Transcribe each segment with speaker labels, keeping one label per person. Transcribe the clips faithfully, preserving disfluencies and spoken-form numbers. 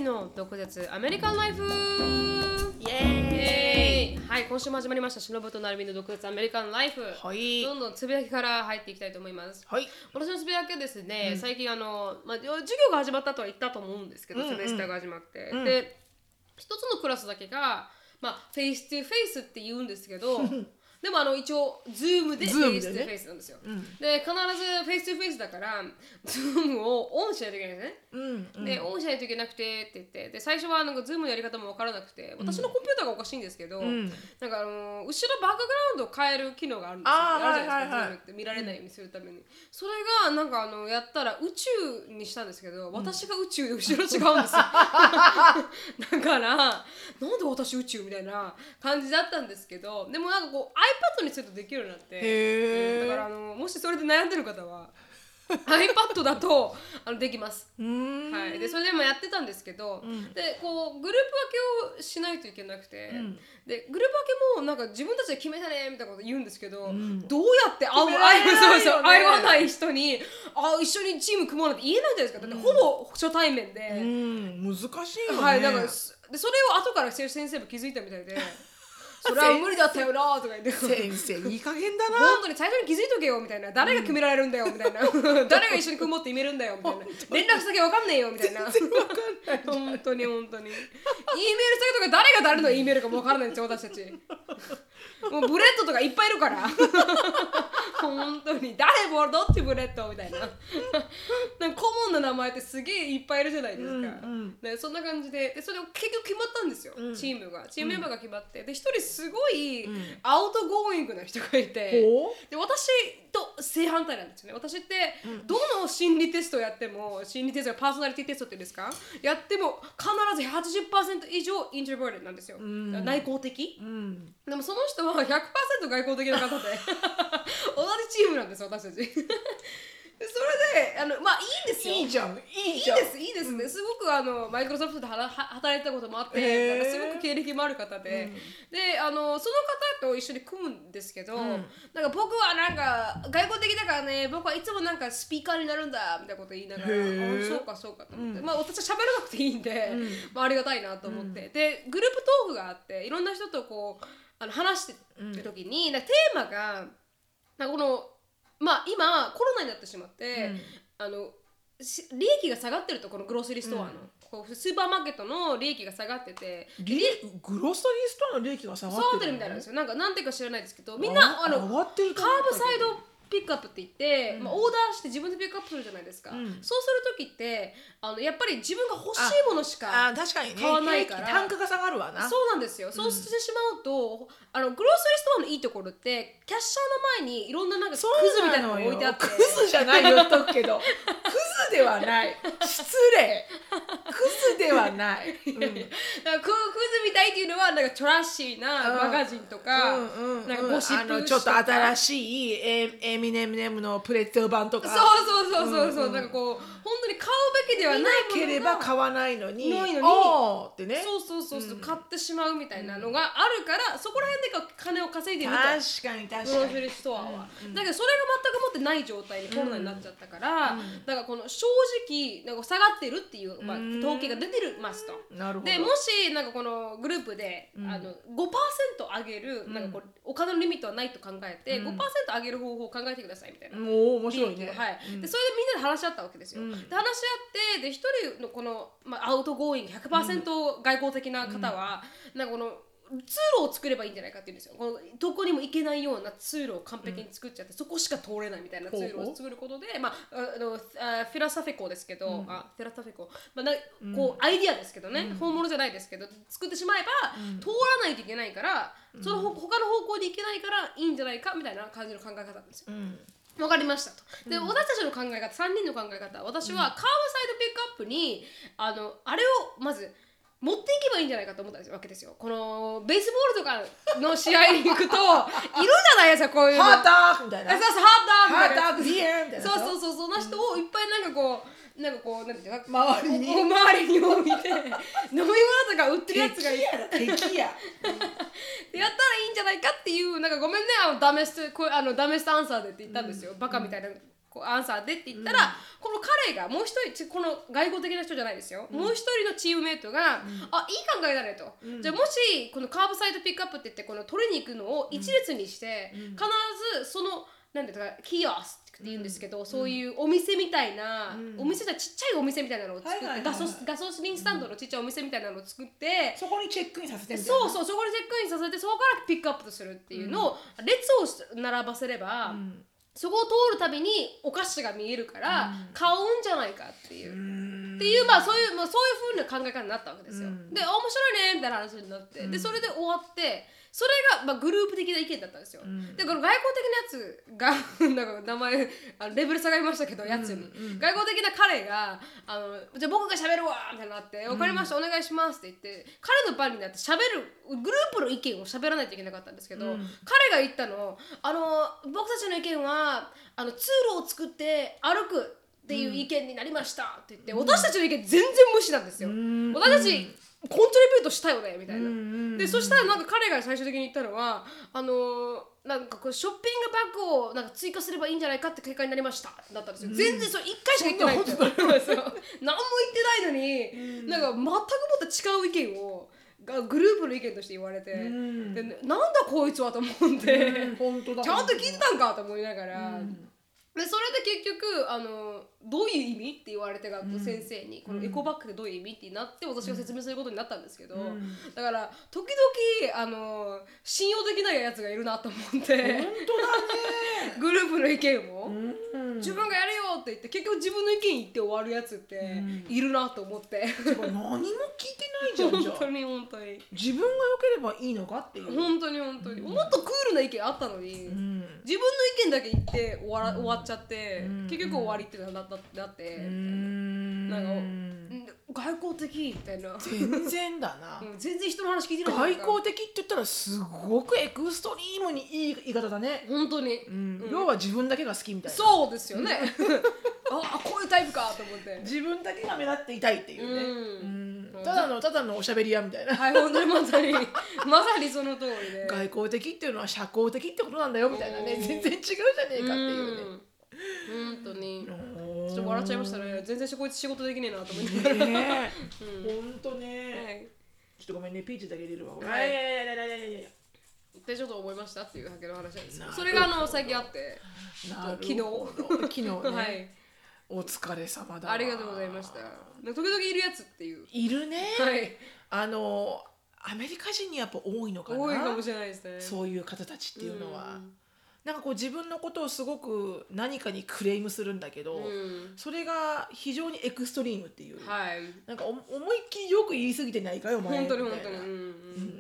Speaker 1: の毒舌アメリカンライフ
Speaker 2: イエーイ。
Speaker 1: はい、今週も始まりましたしのぶとなるみの毒舌アメリカンライフ、
Speaker 2: はい、
Speaker 1: どんどんつぶやきから入っていきたいと思います。
Speaker 2: はい、
Speaker 1: 私のつぶやきはですね、うん、最近あの、まあ、授業が始まったとは言ったと思うんですけど、うんうん、セメスターが始まって、うん、で一つのクラスだけが、まあ、フェイストゥフェイスって言うんですけどでもあの一応ズームでフェイストゥフェイスなんですよ。で、必ずフェイストゥフェイスだからズームをオンしないといけないんですね。うんうん、で、オンしないといけなくてって言って、で最初はなんかズームのやり方も分からなくて、私のコンピューターがおかしいんですけど、うん、なんかあの後ろバックグラウンドを変える機能があるんですよ。あるじゃないですか、ズームって見られないようにするために。それがなんかあのやったら宇宙にしたんですけど、私が宇宙で後ろ違うんですよ。だからなんで私宇宙みたいな感じだったんですけど、でもなんかこうiPad にするとできるようになって、
Speaker 2: へ
Speaker 1: ーだからあのもしそれで悩んでる方はiPad だとあのできます。はい、でそれでもやってたんですけど、うん、でこうグループ分けをしないといけなくて、うん、でグループ分けもなんか自分たちで決めたねみたいなこと言うんですけど、うん、どうやって会わない人にあ一緒にチーム組もうなんて言えないじゃないですか。だってほぼ初対面で、
Speaker 2: うん、難しいよね。
Speaker 1: はい、なんかでそれを後から先生も気づいたみたいでそれは無理だったよなとか言って
Speaker 2: 先生いい加減だな
Speaker 1: 本当に最初に気づいとけよみたいな、誰が決められるんだよみたいな、うん、誰が一緒に組もうって決めるんだよみたいな連絡先わかんねえよみたいな
Speaker 2: 全然わかんない
Speaker 1: 本当に本当に E メール先とか誰が誰の E メールかもわからないんですよ私たちもうブレッドとかいっぱいいるから本当に誰もどっちブレッドみたいななんか顧問の名前ってすげえいっぱいいるじゃないですか、うんうん、でそんな感じ で, でそれを結局決まったんですよ、うん、チームがチームメンバーが決まって、で一人すごいアウトゴーイングな人がいて、うん、で私と正反対なんですよね。私ってどの心理テストをやっても、心理テストやパーソナリティテストっていうんですか、やっても必ず はちじゅっパーセント 以上イントロバーテッドなんですよ、うん、内向的、うん、でもその人は ひゃくパーセント 外交的な方で同じチームなんですよ私たちでそれであのまあいいんですよ。
Speaker 2: いいじゃんいいじゃん
Speaker 1: いいですいいですね、うん、すごくあのマイクロソフトで働いたこともあって、なんかすごく経歴もある方で、うん、であのその方と一緒に組むんですけど、うん、なんか僕はなんか外交的だからね、僕はいつもなんかスピーカーになるんだみたいなこと言いながら、あそうかそうかと思って、うん、まあ私は喋らなくていいんで、うんまあ、ありがたいなと思って、でグループトークがあっていろんな人とこうあの話してる時に、なんかテーマがなんかこのまあ今コロナになってしまって、うん、あの利益が下がってると、このグロースリーストアの、うん、こうスーパーマーケットの利益が下がってて、
Speaker 2: グローストリーストアの利益が下がってる、
Speaker 1: 下がってるみたいなんですよ。なんかなんていうか知らないですけど、みんなあの
Speaker 2: 上がってる
Speaker 1: カーブサイドピックアップって言って、うんまあ、オーダーして自分でピックアップするじゃないですか、うん、そうするときってあのやっぱり自分が欲しいものしか買わないから、
Speaker 2: 単価が下がるわな。
Speaker 1: そうなんですよ、うん、そうしてしまうとあのグロースリーストアのいいところってクャッシャーの前にいろんななんかクズみたいなのが置いてあって、
Speaker 2: クズじゃないよ言っとくけどクズではない失礼クズではない、うん、だからクズ
Speaker 1: みたいっていうのはなんかトラッシーなマガジンとか、うんうんうん、なんかゴシップ
Speaker 2: あのちょっと新しいエエミネムネムのプレッツェル版とか、
Speaker 1: そうそうそうそうそう、うんうん、なんかこう本当に買うべきではないものが
Speaker 2: 見なければ買わないのに
Speaker 1: ないのに
Speaker 2: おーってね、
Speaker 1: そうそうそうそう、うん、買ってしまうみたいなのがあるから、そこら辺で金を稼いでると、
Speaker 2: 確かに確かに
Speaker 1: グロースリーストアは、うんうん、だけどそれが全く持ってない状態にコロナになっちゃったから、うん、だからこの正直なんか下がってるっていう、まあ、統計が出てますと。
Speaker 2: なるほど。
Speaker 1: でもしなんかこのグループで、うん、あの ごパーセント 上げる、うん、なんかこうお金のリミットはないと考えて、うん、ごパーセント 上げる方法を考えてくださいみたいな。
Speaker 2: おー面白いね。
Speaker 1: はい、うん、でそれでみんなで話し合ったわけですよ、うん、で話し合ってで一人のこの、まあ、アウトゴーイング ひゃくパーセント 外交的な方は、うん、なんかこの通路を作ればいいんじゃないかって言うんですよ。このどこにも行けないような通路を完璧に作っちゃって、うん、そこしか通れないみたいな通路を作ることで、まあ、あのあフィラソフィコですけど、うん、あフィラソフィコ、まあ、なこうアイディアですけどね、うん、本物じゃないですけど作ってしまえば、うん、通らないといけないから、その他の方向で行けないからいいんじゃないかみたいな感じの考え方なんですよ、うん分かりましたと。で、うん、私たちの考え方、さんにんの考え方、私はカーブサイドピックアップにあのあれをまず持っていけばいいんじゃないかと思ったわけですよ。このベースボールとかの試合に行くといるじゃないですか、こういうの
Speaker 2: ハーターみたいな、
Speaker 1: そうそうハーター
Speaker 2: みたいな、ハータービエンみたいな、
Speaker 1: そうそうそうその人をいっぱいなんかこうなんかこうなんていうか
Speaker 2: 周りに
Speaker 1: 周りに置いて飲み物とか売ってるやつがいて
Speaker 2: 敵や
Speaker 1: でやったらいいんじゃないかっていう、なんかごめんねあのダメストこあのダメストアンサーでって言ったんですよ、うん、バカみたいなこうアンサーでって言ったら、うん、この彼がもう一人この外交的な人じゃないですよ、うん、もう一人のチームメイトが、うん、あいい考えだねと、うん、じゃあもしこのカーブサイドピックアップって言ってこの取りに行くのを一列にして、うん、必ずそのなんていうかキオスって言うんですけど、うん、そういうお店みたいな、うん、お店じゃちっちゃいお店みたいなのを作って、はいはいはいはい、ガソガソリンスタンドのちっちゃいお店みたいなのを作って、
Speaker 2: そこにチェックインさせてみたいな、
Speaker 1: そうそうそこにチェックインさせてそこからピックアップするっていうのを、うん、列を並ばせれば、うん、そこを通るたびにお菓子が見えるから、うん、買うんじゃないかっていう、うん、っていうまあそういう、まあ、そういう風な考え方になったわけですよ、うん、で面白いねみたいな話になって、うん、でそれで終わってそれが、まあ、グループ的な意見だったんですよ、うん、でこの外交的なやつがなんか名前あのレベル下がりましたけどやつに、うんうん、外交的な彼があのじゃあ僕が喋るわみたいになって、うん、分かりましたお願いしますって言って彼の番になって喋るグループの意見を喋らないといけなかったんですけど、うん、彼が言ったのあの僕たちの意見はあの通路を作って歩くっていう意見になりましたって言って、うん、私たちの意見全然無視なんですよ、うん、私たちコントリビュートしたよねみたいな、うんうんうん、でそしたらなんか彼が最終的に言ったのはあのー、なんかこうショッピングバッグをなんか追加すればいいんじゃないかって結果になりましただったんですよ、うん、全然それいっかいしか言ってないんですよ何も言ってないのに、うん、なんか全くもって違う意見をがグループの意見として言われて、うん、でなんだこいつはと思って、うん、本当だちゃんと聞いてたんかと思いながら、うんでそれで結局あのどういう意味って言われて学校先生に、うん、このエコバッグってどういう意味ってなって私が説明することになったんですけど、うん、だから時々あの信用できないやつがいるなと思って本当だねグループの意見を、うん、自分がやるよって言って結局自分の意見言って終わるやつっているなと思って、
Speaker 2: うん、何も聞いてないじゃんじゃあ
Speaker 1: 本当に本当に
Speaker 2: 自分が良ければいいのかっていう
Speaker 1: 本当に本当に、うん、もっとクールな意見あったのに、うん、自分の意見だけ言って終わら、うん、終わっちゃって、うん、結局終わりってなったなって、うん、なんか外交的みたいな
Speaker 2: 全然だな、
Speaker 1: うん、全然人の話聞いてない
Speaker 2: 外交的って言ったらすごくエクストリームにいい言い方だね
Speaker 1: 本当に、
Speaker 2: うんうん、要は自分だけが好きみたいな
Speaker 1: そうですよねあこういうタイプかと思って
Speaker 2: 自分だけが目立っていたいっていうね、うんうん、ただのただのおしゃべり屋みたいな
Speaker 1: はい本当にまさにまさにその通りで
Speaker 2: 外交的っていうのは社交的ってことなんだよみたいなね全然違うじゃねえかっていうね
Speaker 1: 本当にちょっと笑っちゃいましたね全然こいつ仕事できねえなと思ってね
Speaker 2: え本当ね、はい、ちょっとごめんねピーチだけ入れるわ
Speaker 1: はいはいはいはいはいはいってちょっと思いましたっていうだけの話なんですけどそれがあの最近あって昨日
Speaker 2: 昨日ね、はいお疲れ様だ
Speaker 1: ありがとうございました時々いるやつっていう
Speaker 2: いるね、
Speaker 1: はい、
Speaker 2: あのアメリカ人にやっぱ多いのかな
Speaker 1: 多いかもしれないですね
Speaker 2: そういう方たちっていうのは、うん、なんかこう自分のことをすごく何かにクレームするんだけど、うん、それが非常にエクストリームっていう、
Speaker 1: はい、
Speaker 2: なんか思いっきりよく言い過ぎてないかよお前
Speaker 1: 本当に本当に、うんうん
Speaker 2: うん、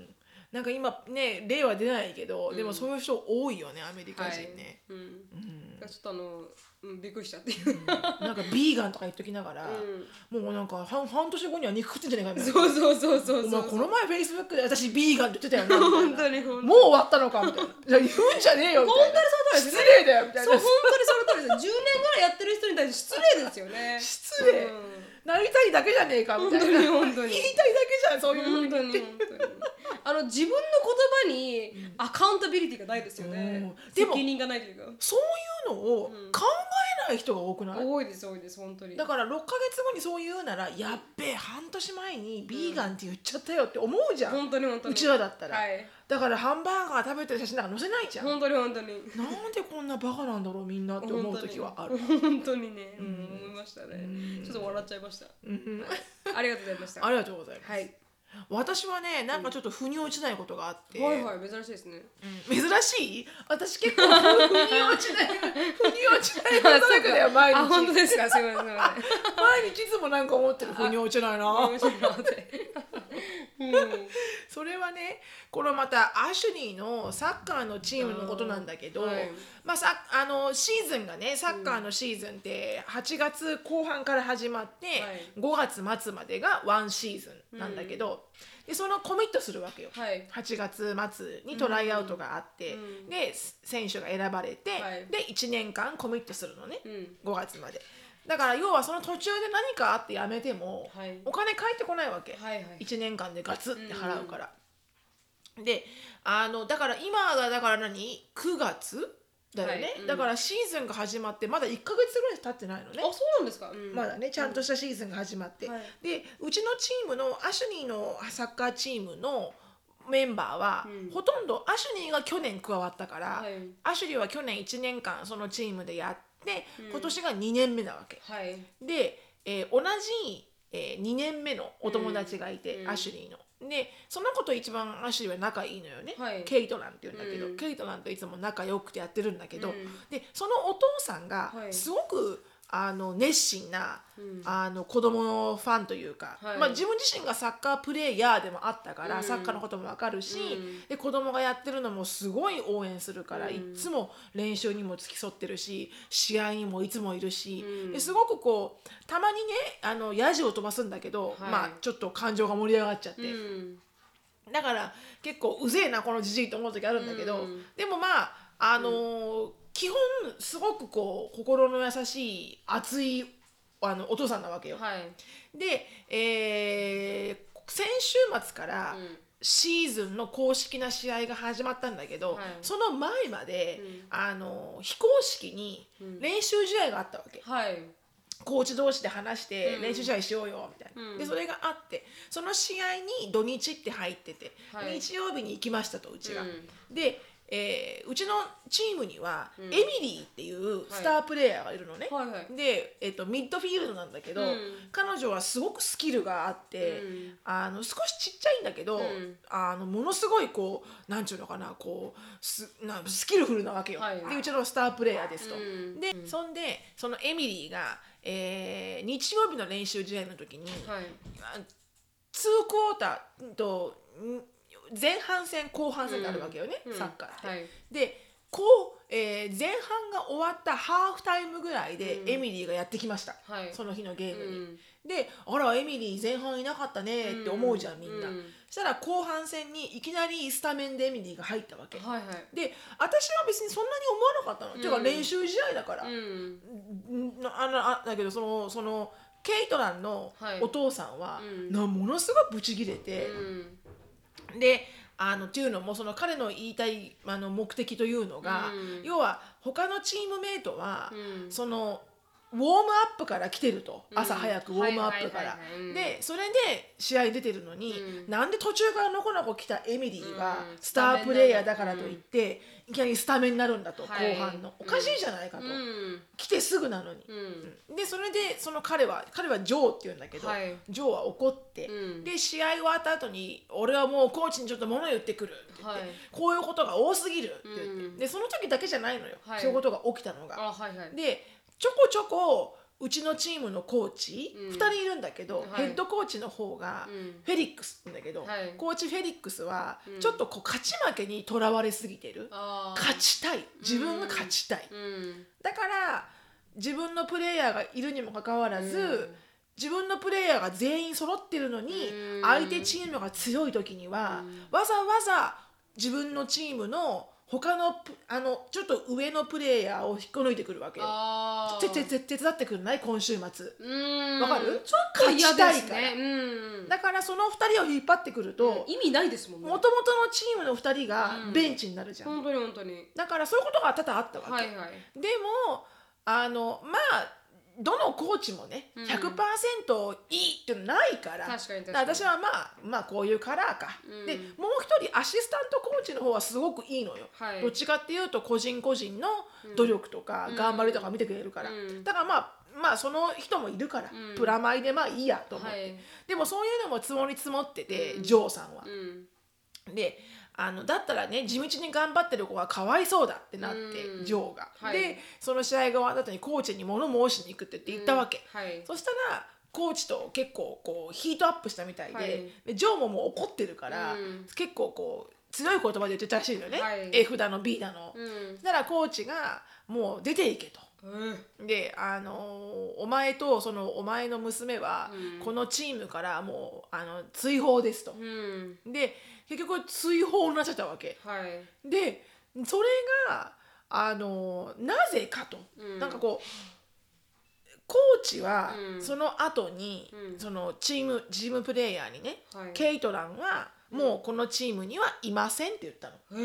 Speaker 2: なんか今ね例は出ないけど、うん、でもそういう人多いよねアメリカ人ね、
Speaker 1: はいうんうん、ちょっとあのうん、びっくりしたっていう、うん、
Speaker 2: なんかビーガンとか言っときながら、うん、もうなんか半, 半年後には肉食ってんじゃないかみたい
Speaker 1: なそうそうそうそうそう
Speaker 2: お前この前フェイスブックで私ビーガンって言ってたよな
Speaker 1: 本当に本当に
Speaker 2: もう終わったのかみたいなじゃあ言うんじゃねえよみたいな
Speaker 1: 本当にその通りです、ね、
Speaker 2: 失礼だよみたいな
Speaker 1: そう本当にその通りですじゅうねんぐらいやってる人に対して失礼ですよね
Speaker 2: 失礼、うん、なりたいだけじゃねえかみたいな
Speaker 1: 本当に本当に
Speaker 2: 言いたいだけじゃんそういう
Speaker 1: 本当に本当にあの自分の言葉にアカウンタビリティがないですよね、うん、責任がないというか
Speaker 2: そういうのを考えない人が多くない、
Speaker 1: 多いです多いです本当に
Speaker 2: だからろっかげつごにそう言うならやっべえ半年前にビーガンって言っちゃったよって思うじゃん、
Speaker 1: うん、本当に本当に
Speaker 2: うちらだったら、
Speaker 1: はい、
Speaker 2: だからハンバーガー食べてる写真なんか載せないじゃん
Speaker 1: 本当に本当に
Speaker 2: なんでこんなバカなんだろうみんなって思う時はある
Speaker 1: 本当にね、うん、思いましたね、うん、ちょっと笑っちゃいました、うん、ありがとうございました
Speaker 2: ありがとうございます、
Speaker 1: はい
Speaker 2: 私はねなんかちょっと腑に落ちないことがあって、
Speaker 1: うん、はいはい珍しいですね、
Speaker 2: うん、珍しい私結構腑に落ちない腑に落ちないことだけだよ毎日
Speaker 1: あ本当ですかすいません毎
Speaker 2: 日いつもなんか思ってる腑に落ちないなうん、それはねこれまたアシュリーのサッカーのチームのことなんだけど、はい、まあ、さあのシーズンがねサッカーのシーズンってはちがつこう半から始まって、はい、ごがつ末までがワンシーズンなんだけど、うん、でそのコミットするわけよ、はい、はちがつ末にトライアウトがあって、うん、で選手が選ばれて、はい、でいちねんかんコミットするのね、うん、ごがつまでだから要はその途中で何かあってやめても、はい、お金返ってこないわけ、はいはい、いちねんかんでガツって払うから、うん、であのだから今がだから何くがつだよね、
Speaker 1: はいうん
Speaker 2: だからシーズンが始まってまだいっかげつぐらい経ってないのね。
Speaker 1: あ、そうなんですか、うん、
Speaker 2: まだねちゃんとしたシーズンが始まって、
Speaker 1: はい
Speaker 2: でうちのチームのアシュニーのサッカーチームのメンバーは、
Speaker 1: うん
Speaker 2: ほとんどアシュニーが去年加わったから、
Speaker 1: はい
Speaker 2: アシュリーは去年いちねんかんそのチームでやって、
Speaker 1: うん
Speaker 2: 今年がにねんめなわけ
Speaker 1: はい
Speaker 2: で、えー同じ、えーにねんめのお友達がいて、
Speaker 1: うん
Speaker 2: アシュリーの。でその子と一番アシュリーは仲いいのよね、
Speaker 1: はい
Speaker 2: ケイトランっていうんだけど、
Speaker 1: うん
Speaker 2: ケイトランといつも仲良くてやってるんだけど、
Speaker 1: うん
Speaker 2: でそのお父さんが
Speaker 1: はい
Speaker 2: すごく、あの熱心な、
Speaker 1: うん
Speaker 2: あの子供のファンというか、
Speaker 1: はい
Speaker 2: まあ、自分自身がサッカープレーヤーでもあったから、
Speaker 1: うん
Speaker 2: サッカーのことも分かるし、
Speaker 1: うん
Speaker 2: で子供がやってるのもすごい応援するから、
Speaker 1: うん
Speaker 2: いつも練習にも付き添ってるし試合にもいつもいるし、
Speaker 1: うん
Speaker 2: ですごくこうたまにねあのヤジを飛ばすんだけど、
Speaker 1: はい
Speaker 2: まあちょっと感情が盛り上がっちゃって、
Speaker 1: うん
Speaker 2: だから結構うぜえなこのじじいと思う時あるんだけど、
Speaker 1: うん
Speaker 2: でもまああのー基本すごくこう心の優しい熱いあのお父さんなわけよ。
Speaker 1: はい
Speaker 2: で、えー先週末から
Speaker 1: うん
Speaker 2: シーズンの公式な試合が始まったんだけど、
Speaker 1: はい
Speaker 2: その前まで、
Speaker 1: うん
Speaker 2: あの非公式に
Speaker 1: うん
Speaker 2: 練習試合があったわけ。
Speaker 1: はい
Speaker 2: コーチ同士で話して
Speaker 1: うん
Speaker 2: 練習試合しようよみたいな、
Speaker 1: うん
Speaker 2: でそれがあってその試合に土日って入ってて、
Speaker 1: はい
Speaker 2: 日曜日に行きましたとうちが、
Speaker 1: うん
Speaker 2: で、えーうちのチームには
Speaker 1: うん
Speaker 2: エミリーっていうスタープレイヤーがいるのね、
Speaker 1: はいはい
Speaker 2: で、えー、とミッドフィールドなんだけど、
Speaker 1: うん
Speaker 2: 彼女はすごくスキルがあって、
Speaker 1: うん
Speaker 2: あの少しちっちゃいんだけど、
Speaker 1: うん
Speaker 2: あのものすごいこうなんちゅうのかなこうすなスキルフルなわけよ、
Speaker 1: はい
Speaker 2: でうちのスタープレイヤーですと、
Speaker 1: うん
Speaker 2: で、そんでそのエミリーが、えー日曜日の練習試合の時に、
Speaker 1: はい
Speaker 2: あにクォーターとん前半戦後半戦があるわけよね、
Speaker 1: うん
Speaker 2: サッカーって。
Speaker 1: はい
Speaker 2: でこう、えー前半が終わったハーフタイムぐらいで
Speaker 1: うん
Speaker 2: エミリーがやってきました、
Speaker 1: はい
Speaker 2: その日のゲームに。
Speaker 1: うん
Speaker 2: であらエミリー前半いなかったねって思うじゃんみんな、
Speaker 1: うん
Speaker 2: そしたら後半戦にいきなりスタメンでエミリーが入ったわけ、
Speaker 1: はいはい
Speaker 2: で私は別にそんなに思わなかったの、
Speaker 1: うん
Speaker 2: ていうか練習試合だから、
Speaker 1: うん
Speaker 2: んあのあだけどそのそのケイトランの
Speaker 1: はい
Speaker 2: お父さんは、
Speaker 1: うん
Speaker 2: なものすごいブチギレて、
Speaker 1: うん
Speaker 2: であのっていうのもその彼の言いたいあの目的というのが、
Speaker 1: うん
Speaker 2: 要は他のチームメイトは、
Speaker 1: うん
Speaker 2: そのウォームアップから来てると、
Speaker 1: うん
Speaker 2: 朝早くウォームアップから、
Speaker 1: はいはいはいはいうん
Speaker 2: でそれで試合に出てるのに、
Speaker 1: うん
Speaker 2: なんで途中からのこのこ来たエミリーが
Speaker 1: うん
Speaker 2: スタープレイヤーだからといって、いきなりスタメンになるんだと、
Speaker 1: はい
Speaker 2: 後半のおかしいじゃないかと、
Speaker 1: うん
Speaker 2: 来てすぐなのに、
Speaker 1: うん
Speaker 2: でそれでその彼は彼はジョーって言うんだけど、
Speaker 1: はい
Speaker 2: ジョーは怒って、
Speaker 1: うん
Speaker 2: で試合終わった後に俺はもうコーチにちょっと物言ってくるって言って、
Speaker 1: はい
Speaker 2: こういうことが多すぎるって言って、
Speaker 1: うん
Speaker 2: でその時だけじゃないのよ、
Speaker 1: はい
Speaker 2: そういうことが起きたのが。
Speaker 1: あはいはい
Speaker 2: でちょこちょこうちのチームのコーチ、
Speaker 1: うん
Speaker 2: ふたりいるんだけど、
Speaker 1: はい
Speaker 2: ヘッドコーチの方が
Speaker 1: うん
Speaker 2: フェリックスって言うんだけど、
Speaker 1: はい
Speaker 2: コーチフェリックスは
Speaker 1: うん
Speaker 2: ちょっとこう勝ち負けにとらわれすぎてる、
Speaker 1: あー
Speaker 2: 勝ちたい自分が勝ちたい、
Speaker 1: うん
Speaker 2: だから自分のプレイヤーがいるにもかかわらず、
Speaker 1: うん
Speaker 2: 自分のプレイヤーが全員揃ってるのに、
Speaker 1: うん
Speaker 2: 相手チームが強い時には、
Speaker 1: うん
Speaker 2: わざわざ自分のチームの他のプあのちょっと上のプレイヤーを引っこ抜いてくるわけよ。
Speaker 1: あ
Speaker 2: ててて手伝ってくれない今週末。
Speaker 1: うん
Speaker 2: わかる
Speaker 1: ちょっと嫌です
Speaker 2: 勝ちたい
Speaker 1: ねうん
Speaker 2: だからそのふたりを引っ張ってくると、
Speaker 1: 意味ないですもんね
Speaker 2: もともとのチームのふたりが
Speaker 1: うん
Speaker 2: ベンチになるじゃん、
Speaker 1: 本当に本当に
Speaker 2: だからそういうことが多々あったわけ、
Speaker 1: はいはい
Speaker 2: でもあのまあどのコーチもね、
Speaker 1: うん
Speaker 2: ひゃくパーセントいいっていうのないから、
Speaker 1: 確かに確かに
Speaker 2: だから私はまあまあこういうカラーか、
Speaker 1: うん
Speaker 2: でもう一人アシスタントコーチの方はすごくいいのよ、
Speaker 1: はい
Speaker 2: どっちかっていうと個人個人の努力とか
Speaker 1: うん
Speaker 2: 頑張りとか見てくれるから、
Speaker 1: うん
Speaker 2: だからまあまあその人もいるから、
Speaker 1: うん
Speaker 2: プラマイでまあいいやと思って、
Speaker 1: はい
Speaker 2: でもそういうのも積もり積もってて、
Speaker 1: うん
Speaker 2: ジョーさんは
Speaker 1: う、ん
Speaker 2: であのだったらね地道に頑張ってる子はかわいそうだってなって、
Speaker 1: うん
Speaker 2: ジョーが、
Speaker 1: はい
Speaker 2: でその試合が終わった後にコーチに物申しに行くって言って言ったわけ、
Speaker 1: はい
Speaker 2: そしたらコーチと結構こうヒートアップしたみたいで,、
Speaker 1: はい
Speaker 2: でジョーももう怒ってるから、
Speaker 1: うん
Speaker 2: 結構こう強い言葉で言ってたらしいのよね、
Speaker 1: はい
Speaker 2: F だの B だの、
Speaker 1: うん
Speaker 2: そしたらコーチがもう出ていけと。
Speaker 1: うん
Speaker 2: であのお前とそのお前の娘は、
Speaker 1: うん
Speaker 2: このチームからもうあの追放ですと、
Speaker 1: うん
Speaker 2: で結局追放になっちゃったわけ
Speaker 1: はい
Speaker 2: でそれがあのなぜかと、
Speaker 1: うん
Speaker 2: なんかこうコーチは
Speaker 1: うん
Speaker 2: その後に、
Speaker 1: うん
Speaker 2: そのチームチームプレイヤーにね、
Speaker 1: はい
Speaker 2: ケイトランはもうこのチームにはいませんって言ったの。
Speaker 1: うん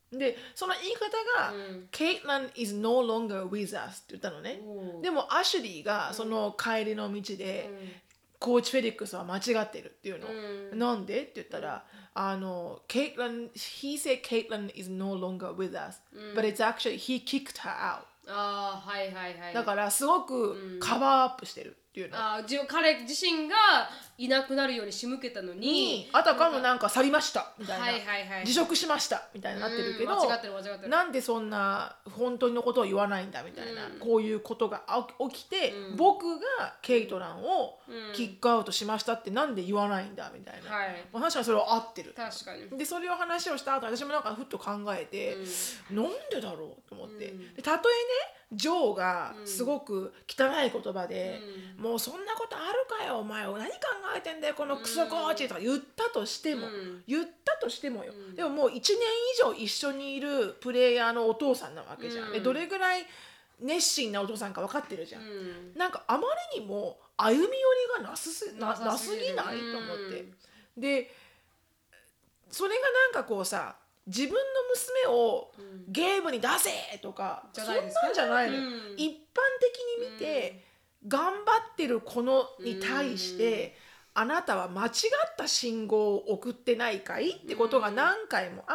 Speaker 2: でその言い方が、
Speaker 1: うん、
Speaker 2: Caitlyn is no longer with us って言ったのね。でもアシュリーがその帰りの道で、うん、コーチ・フェリックスは間違ってるっていうの、うん、なんでって言ったら、うん、あの Caitlyn he said Caitlyn is no longer with us、うん、but it's actually he kicked her out。
Speaker 1: あー、はいはいはい。
Speaker 2: だからすごくカバーアップしてるっていうの、うん、
Speaker 1: あ自分彼自身がいなくなるように仕向けたのに、
Speaker 2: あたかもなんか去りましたみたいな、
Speaker 1: はいはいはい、
Speaker 2: 辞職しましたみたいになってるけど、
Speaker 1: 間違ってる間違ってる、
Speaker 2: なんでそんな本当のことを言わないんだみたいな、うん、こういうことが起きて、うん、僕がケイトランをキックアウトしましたってなんで言わないんだみたいな、はい、まあ、確かにそれは合ってる。
Speaker 1: 確かに。
Speaker 2: でそれを話をした後私もなんかふっと考えて、うん、なんでだろうと思って、うん、でたとえねジョーがすごく汚い言葉で、うん、もうそんなことあるかよお前は何考えてんだよこのクソコーチとか言ったとしても、うん、言ったとしてもよ、うん、でももういちねん以上一緒にいるプレイヤーのお父さんなわけじゃん、うん、でどれぐらい熱心なお父さんか分かってるじゃん、うん、なんかあまりにも歩み寄りがなすす、な、なすぎないと思って、うん、でそれがなんかこうさ自分の娘をゲームに出せとか、うん、そんなんじゃないの、うん、一般的に見て、うん、頑張ってる子のに対して、うん、あなたは間違った信号を送ってないかいってことが何回もあって、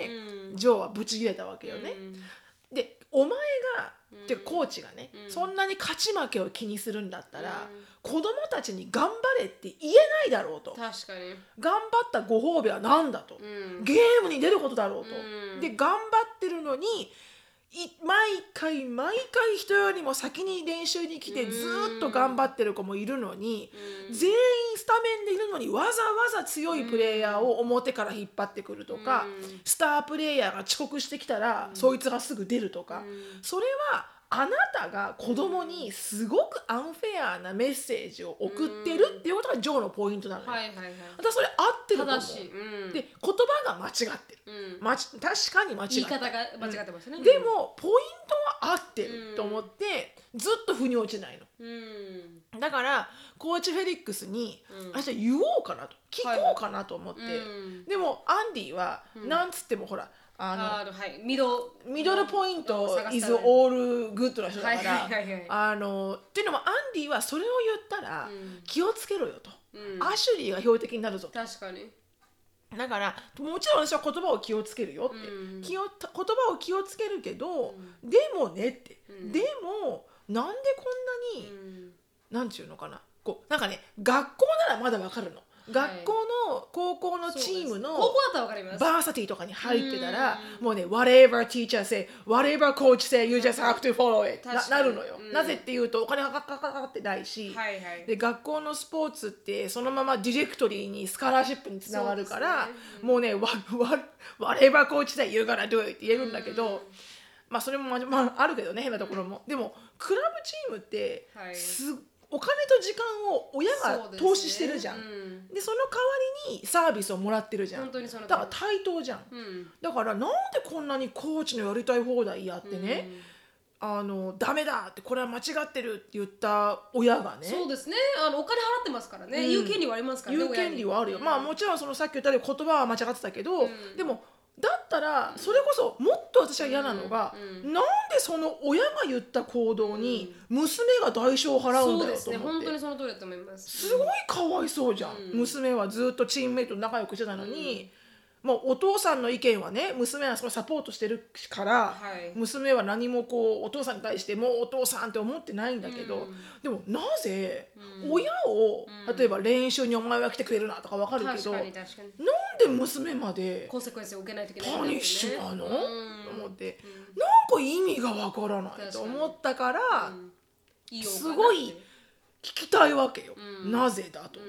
Speaker 2: うん、ジョーはブチ切れたわけよね、うん、でお前が、うん、っていうかコーチがね、うん、そんなに勝ち負けを気にするんだったら、うん、子供たちに頑張れって言えないだろうと。
Speaker 1: 確かに
Speaker 2: 頑張ったご褒美は何だと、うん、ゲームに出ることだろうと、うん、で頑張ってるのに毎回毎回人よりも先に練習に来てずっと頑張ってる子もいるのに、うん、全員スタメンでいるのにわざわざ強いプレイヤーを表から引っ張ってくるとか、うん、スタープレイヤーが遅刻してきたら、うん、そいつがすぐ出るとか、うん、それはあなたが子供にすごくアンフェアなメッセージを送ってるっていうことがジョーのポイントなのよ、はいはいはい、私それ合ってると思う。正しい、うん、で言葉が間違ってる、うん、まち確かに間違ってる、言い方が
Speaker 1: 間違ってますね、
Speaker 2: うん、でもポイントは合ってると思って、うん、ずっと腑に落ちないの、うん、だからコーチフェリックスに、うん、私は言おうかなと聞こうかなと思って、はいはい、うん、でもアンディは、うん、なんつってもほらあの
Speaker 1: あの、はい、ミド
Speaker 2: ミドルポイント is all good な人だから、はいはいはいはい、あのっていうのもアンディはそれを言ったら、うん、気をつけろよと、うん、アシュリーが標的になるぞと。
Speaker 1: 確かに。
Speaker 2: だからもちろん私は言葉を気をつけるよって、うん、気を言葉を気をつけるけど、うん、でもねって、うん、でもなんでこんなに、うん、なんていうのかな、こうなんかね学校ならまだわかるの。学校の高校のチームのバーサティとかに入ってたらもうね whatever teacher say whatever coach say you just have to follow it な, なるのよ、うん、なぜっていうとお金がかかかってないし、はいはい、で学校のスポーツってそのままディレクトリーにスカラーシップにつながるから、ね、うん、もうね whatever coach say you're gonna do it って言えるんだけど、うん、まあそれも、まあ、あるけどね変なところも、でもクラブチームってすっ、はい、お金と時間を親が投資してるじゃん。 そ,、ね、うん、でその代わりにサービスをもらってるじゃん。本当にそのだから対等じゃん、うん、だからなんでこんなにコーチのやりたい放題やってね、うん、あのダメだってこれは間違ってるって言った親がね、
Speaker 1: そうですね、あのお金払ってますからね、うん、言う権利はありますからね、
Speaker 2: 言う権利はあるよ、うん、まあもちろんそのさっき言ったように言葉は間違ってたけど、うん、でもだったらそれこそもっと私は嫌なのが、うんうん、なんでその親が言った行動に娘が代償を払うんだよと思って、そうですね、
Speaker 1: 本当にその通りだと思います。
Speaker 2: すごいかわいそうじゃん、うん、娘はずっとチームメイトと仲良くしてたのに、うん、もうお父さんの意見はね娘はそれサポートしてるから、はい、娘は何もこうお父さんに対してもうお父さんって思ってないんだけど、うん、でもなぜ親を、うん、例えば練習にお前は来てくれるなとか分かるけど、確かに確かに、なんで娘まで
Speaker 1: コンセクエンスを受けないといけない
Speaker 2: パニッシュなの、うん、と思って、うん、なんか意味が分からないと思ったから、うん、いいすごい聞きたいわけよ、うん、なぜだと、うん、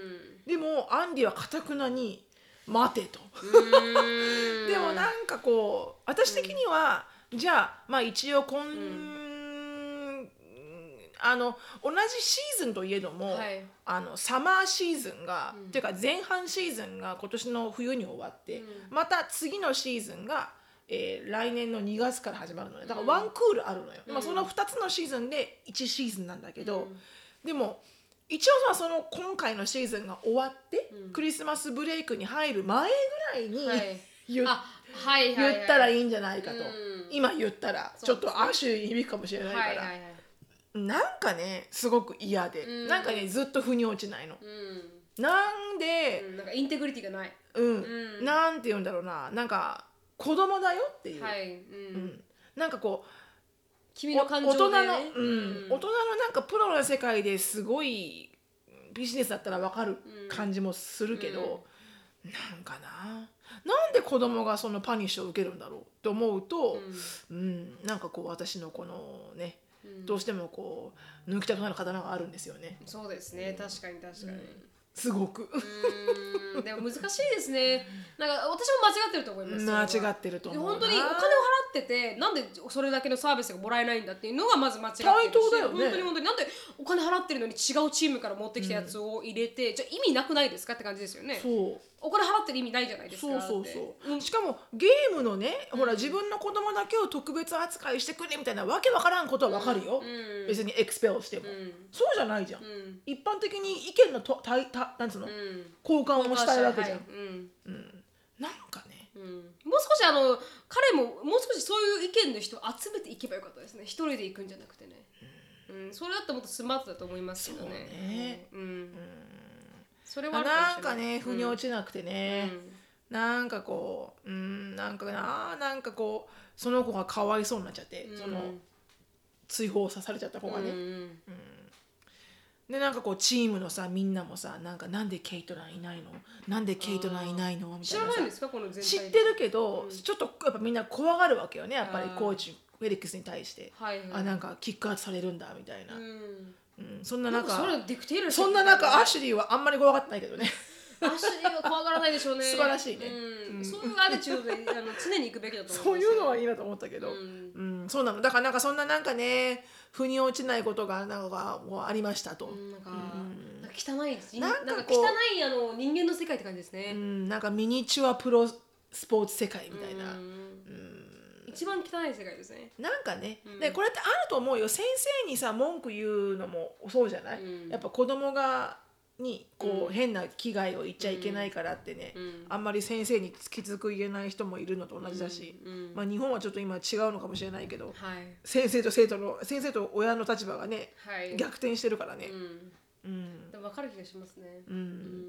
Speaker 2: でもアンディは堅くなに待てとでもなんかこう私的には、うん、じゃあまあ一応こん、うん、あの同じシーズンといえども、はい、あのサマーシーズンが、うん、っていうか前半シーズンが今年の冬に終わって、うん、また次のシーズンが、えー、来年のにがつから始まるので、だからワンクールあるのよ、うん、まあ、そのふたつのシーズンでいちシーズンなんだけど、うん、でも一応その今回のシーズンが終わって、うん、クリスマスブレイクに入る前ぐらいに、はい言,、
Speaker 1: あ、はいはいはい、
Speaker 2: 言ったらいいんじゃないかと、
Speaker 1: うん、
Speaker 2: 今言ったらちょっとアッシュリーに響くかもしれないから、
Speaker 1: はいはいはい、
Speaker 2: なんかねすごく嫌で、うん、なんかねずっと腑に落ちないの、うん、なんで、
Speaker 1: うん、なんかインテグリティがない、
Speaker 2: うん、うん、なんて言うんだろうな、なんか子供だよっていう、
Speaker 1: はい、うん、
Speaker 2: うん、なんかこう
Speaker 1: 君の感情で、ね、
Speaker 2: 大人の、うん、大人のなんかプロの世界ですごいビジネスだったら分かる感じもするけど、うん、なんかな、なんで子供がそのパニッシュを受けるんだろうって思うと、うん、うん、なんかこう私のこのね、うん、どうしてもこう抜きたくなる刀があるんですよね。
Speaker 1: そうですね、確かに確かに、うん、
Speaker 2: すごく
Speaker 1: うーん、でも難しいですね。なんか私も間違ってると思います。
Speaker 2: 間違ってると思うな。
Speaker 1: 本当にお金を払っててなんでそれだけのサービスがもらえないんだっていうのがまず間違ってるし、
Speaker 2: 対等だよね。
Speaker 1: 本当に本当になんでお金払ってるのに違うチームから持ってきたやつを入れて、うん、じゃあ意味なくないですかって感じですよね。
Speaker 2: そう
Speaker 1: お金払ってる意味ないじゃないですか。
Speaker 2: そうそうそう、うん、しかもゲームのね、ほら、うん、自分の子供だけを特別扱いしてくれみたいなわけわからんことはわかるよ、うん、別にエクスペルしても、うん、そうじゃないじゃん、うん、一般的に意見のとたたなんつうの、うん、交換をしたいわけじゃん、はい、うんうん、なんかね、
Speaker 1: うん、もう少しあの彼ももう少しそういう意見の人を集めていけばよかったですね。一人で行くんじゃなくてね、うんうん、それだともっとスマートだと思いますけどね。そうね、うんうん、それはあるかもしれない。なんかね
Speaker 2: 腑に落ちなくてね、うん、なんかこう、うん、なんかな、なんかこうその子がかわいそうになっちゃって、うん、その追放されちゃった子がね、うんうん、でなんかこうチームのさみんなもさ、なんかなんでケイトランいないの、なんでケイトランいないのみたいなさ、
Speaker 1: 知らないんですかこの全体。
Speaker 2: 知ってるけど、うん、ちょっとやっぱみんな怖がるわけよね、やっぱりコーチフェリックスに対して、はいはい、あ、なんかキックアウトされるんだみたいな、うんうん、そんな中そんな中アッシュリーはあんまり怖がってないけどね。
Speaker 1: アッシュリーは怖がらないでしょうね。
Speaker 2: 素晴らしいね、
Speaker 1: うんうん、そういうアティチュードであの常に行くべきだと思います。
Speaker 2: そういうのはいいなと思ったけど、うんうん、そうなの。だからなんかそんななんかね腑に落ちないことがなんかもうありましたと、うん、なんか、
Speaker 1: うん、なんか汚いなんか汚いあの人間の世界って感じですね、
Speaker 2: うん、なんかミニチュアプロスポーツ世界みたいな、うん
Speaker 1: うん、一番汚い世界ですね。
Speaker 2: なんかね、うん、でこれってあると思うよ。先生にさ文句言うのもそうじゃない、うん、やっぱ子供がにこう、うん、変な危害を言っちゃいけないからってね、うん、あんまり先生にきつく言えない人もいるのと同じだし、うんうん、まあ、日本はちょっと今違うのかもしれないけど、はい、先生と生徒の先生と親の立場がね、はい、逆転してるからね、うんうん、
Speaker 1: でも分かる気がしますね、うんうん、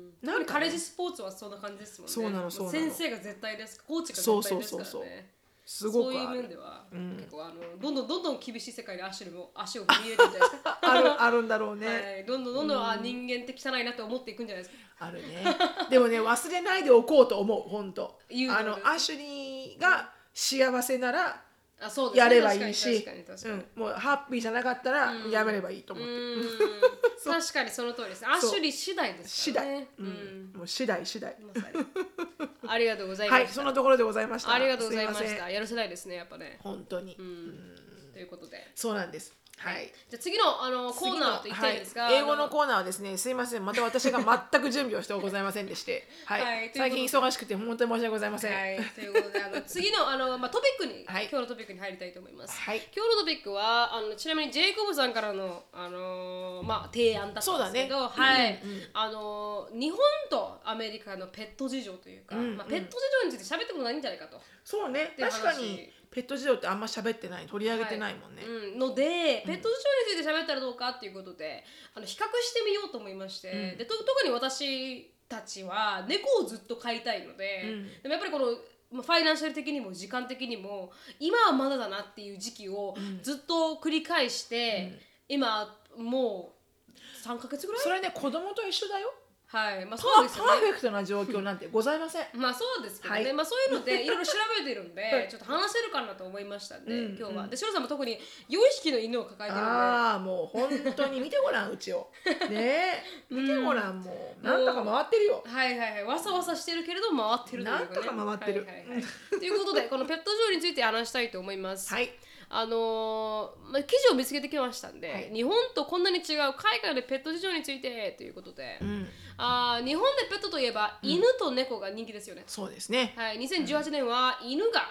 Speaker 1: なんかね、カレッジスポーツはそんな感じですもんね。
Speaker 2: そうなのそうなの。
Speaker 1: 先生が絶対です、コーチが絶対ですからね。そうそうそうそう、
Speaker 2: すごく
Speaker 1: そういう面では、うん、結構あのどんどんどんどん厳しい世界に足を足を踏み入れてるんじゃないですか。
Speaker 2: あるあるんだろうね、はい、
Speaker 1: どんどんどんどん、うん、あ人間って汚いなって思っていくんじゃないですか。
Speaker 2: あるね。でもね忘れないでおこうと思う本当。あのアシュリーが幸せなら
Speaker 1: あそうですね、
Speaker 2: やればいいし、
Speaker 1: 確かに確かに確かに、
Speaker 2: うん、もうハッピーじゃなかったらやめればいいと思って、うん、
Speaker 1: 確かにその通りです。アシュリー次第ですからね。
Speaker 2: 次第、うんうん、もう次第次第。
Speaker 1: ありがとうございました。
Speaker 2: はい、そのところでございました。
Speaker 1: ありがとうございました。やる世代ですね、やっぱね。
Speaker 2: 本当に。
Speaker 1: うん、ということで。
Speaker 2: そうなんです。はい。
Speaker 1: じゃあ次のあのコーナーと言っていいですか、
Speaker 2: はい。英語のコーナーはですね、すいません、また私が全く準備をしてございませんでして、はい。はい、最近忙しくて本当に申し訳ございません。
Speaker 1: はい。ということで、あの次のあのまあトピックに、はい、今日のトピックに入りたいと思います。はい。今日のトピックはあのちなみにジェイコブさんからのあのまあ提案だったんですけど、ね、はい、うんうん、あの日本とアメリカのペット事情というか、うんうん、まあペット事情について喋ってもないんじゃないかと。
Speaker 2: そうね。確かに。ペット事情ってあんま喋ってない取り上げてないもんね、はい、
Speaker 1: うん、のでペット事情について喋ったらどうかっていうことであの比較してみようと思いまして、うん、でと特に私たちは猫をずっと飼いたいので、うん、でもやっぱりこのファイナンシャル的にも時間的にも今はまだだなっていう時期をずっと繰り返して、うん、今もうさんかげつぐらい
Speaker 2: それね子供と一緒だよ。
Speaker 1: はい、まあそうですよね。
Speaker 2: パーフェクトな状況なんてございません。
Speaker 1: まあそうですけどね、はい、まあそういうのでいろいろ調べてるんでちょっと話せるかなと思いましたんで、うん、今日は。で、シロさんも特によんひきの犬を抱えてるんで、
Speaker 2: ああもう本当に見てごらんうちをね見てごらん、もうなんとか回ってるよ。
Speaker 1: はいはいはい、わさわさしてるけれど回ってるというかね。
Speaker 2: なんとか回ってる。
Speaker 1: はいはいはい、ということでこのペット事情について話したいと思います。はい。あのーまあ、記事を見つけてきましたんで、はい、日本とこんなに違う海外でペット事情についてということで、うん、あ日本でペットといえば、うん、犬と猫が人気ですよね。
Speaker 2: そうですね、
Speaker 1: はい、にせんじゅうはちねんは犬が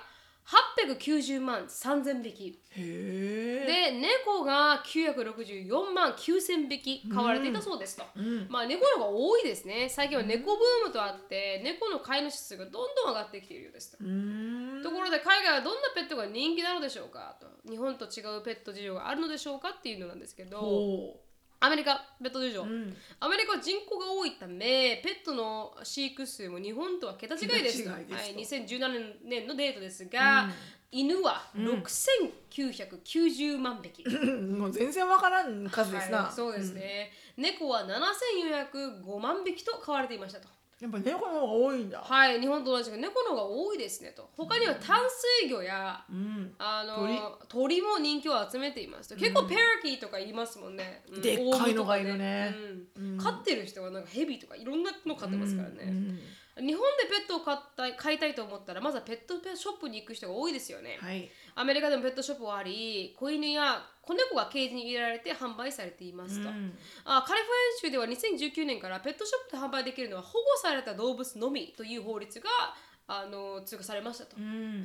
Speaker 1: はっぴゃくきゅうじゅうまんさんぜんびき
Speaker 2: へ
Speaker 1: で、猫がきゅうひゃくろくじゅうよんまんきゅうせんびき飼われていたそうですと、
Speaker 2: うん、
Speaker 1: まあ猫の方が多いですね。最近は猫ブームとあって猫の飼い主数がどんどん上がってきているようですと、
Speaker 2: うん、
Speaker 1: ところで海外はどんなペットが人気なのでしょうかと、日本と違うペット事情があるのでしょうかっていうのなんですけど、アメリカペット事情、うん、アメリカは人口が多いためペットの飼育数も日本とは桁違いです。はい、にせんじゅうななねんのデータですが、うん、犬はろくせんきゅうひゃくきゅうじゅうまんびき、
Speaker 2: うん、もう全然わからん数ですな、
Speaker 1: はい、そうですね、うん、猫はななせんよんひゃくごまんびきと飼われていましたと。
Speaker 2: やっぱ猫の方が多いんだ。
Speaker 1: はい、日本と同じく猫の方が多いですねと。他には淡水魚や、うん、あの 鳥, 鳥も人気を集めていますと。結構ペラキーとか言いますもんね、
Speaker 2: うん、でっかいのがいるね、
Speaker 1: うんうん、飼ってる人はなんかヘビとかいろんなの飼ってますからね、うんうん、日本でペットを飼った飼いたいと思ったらまずはペットショップに行く人が多いですよね、はい、アメリカでもペットショップはあり、子犬や子猫がケージに入れられて販売されていますと、うん、あカリフォルニア州ではにせんじゅうきゅうねんからペットショップで販売できるのは保護された動物のみという法律があの通過されましたと、うん、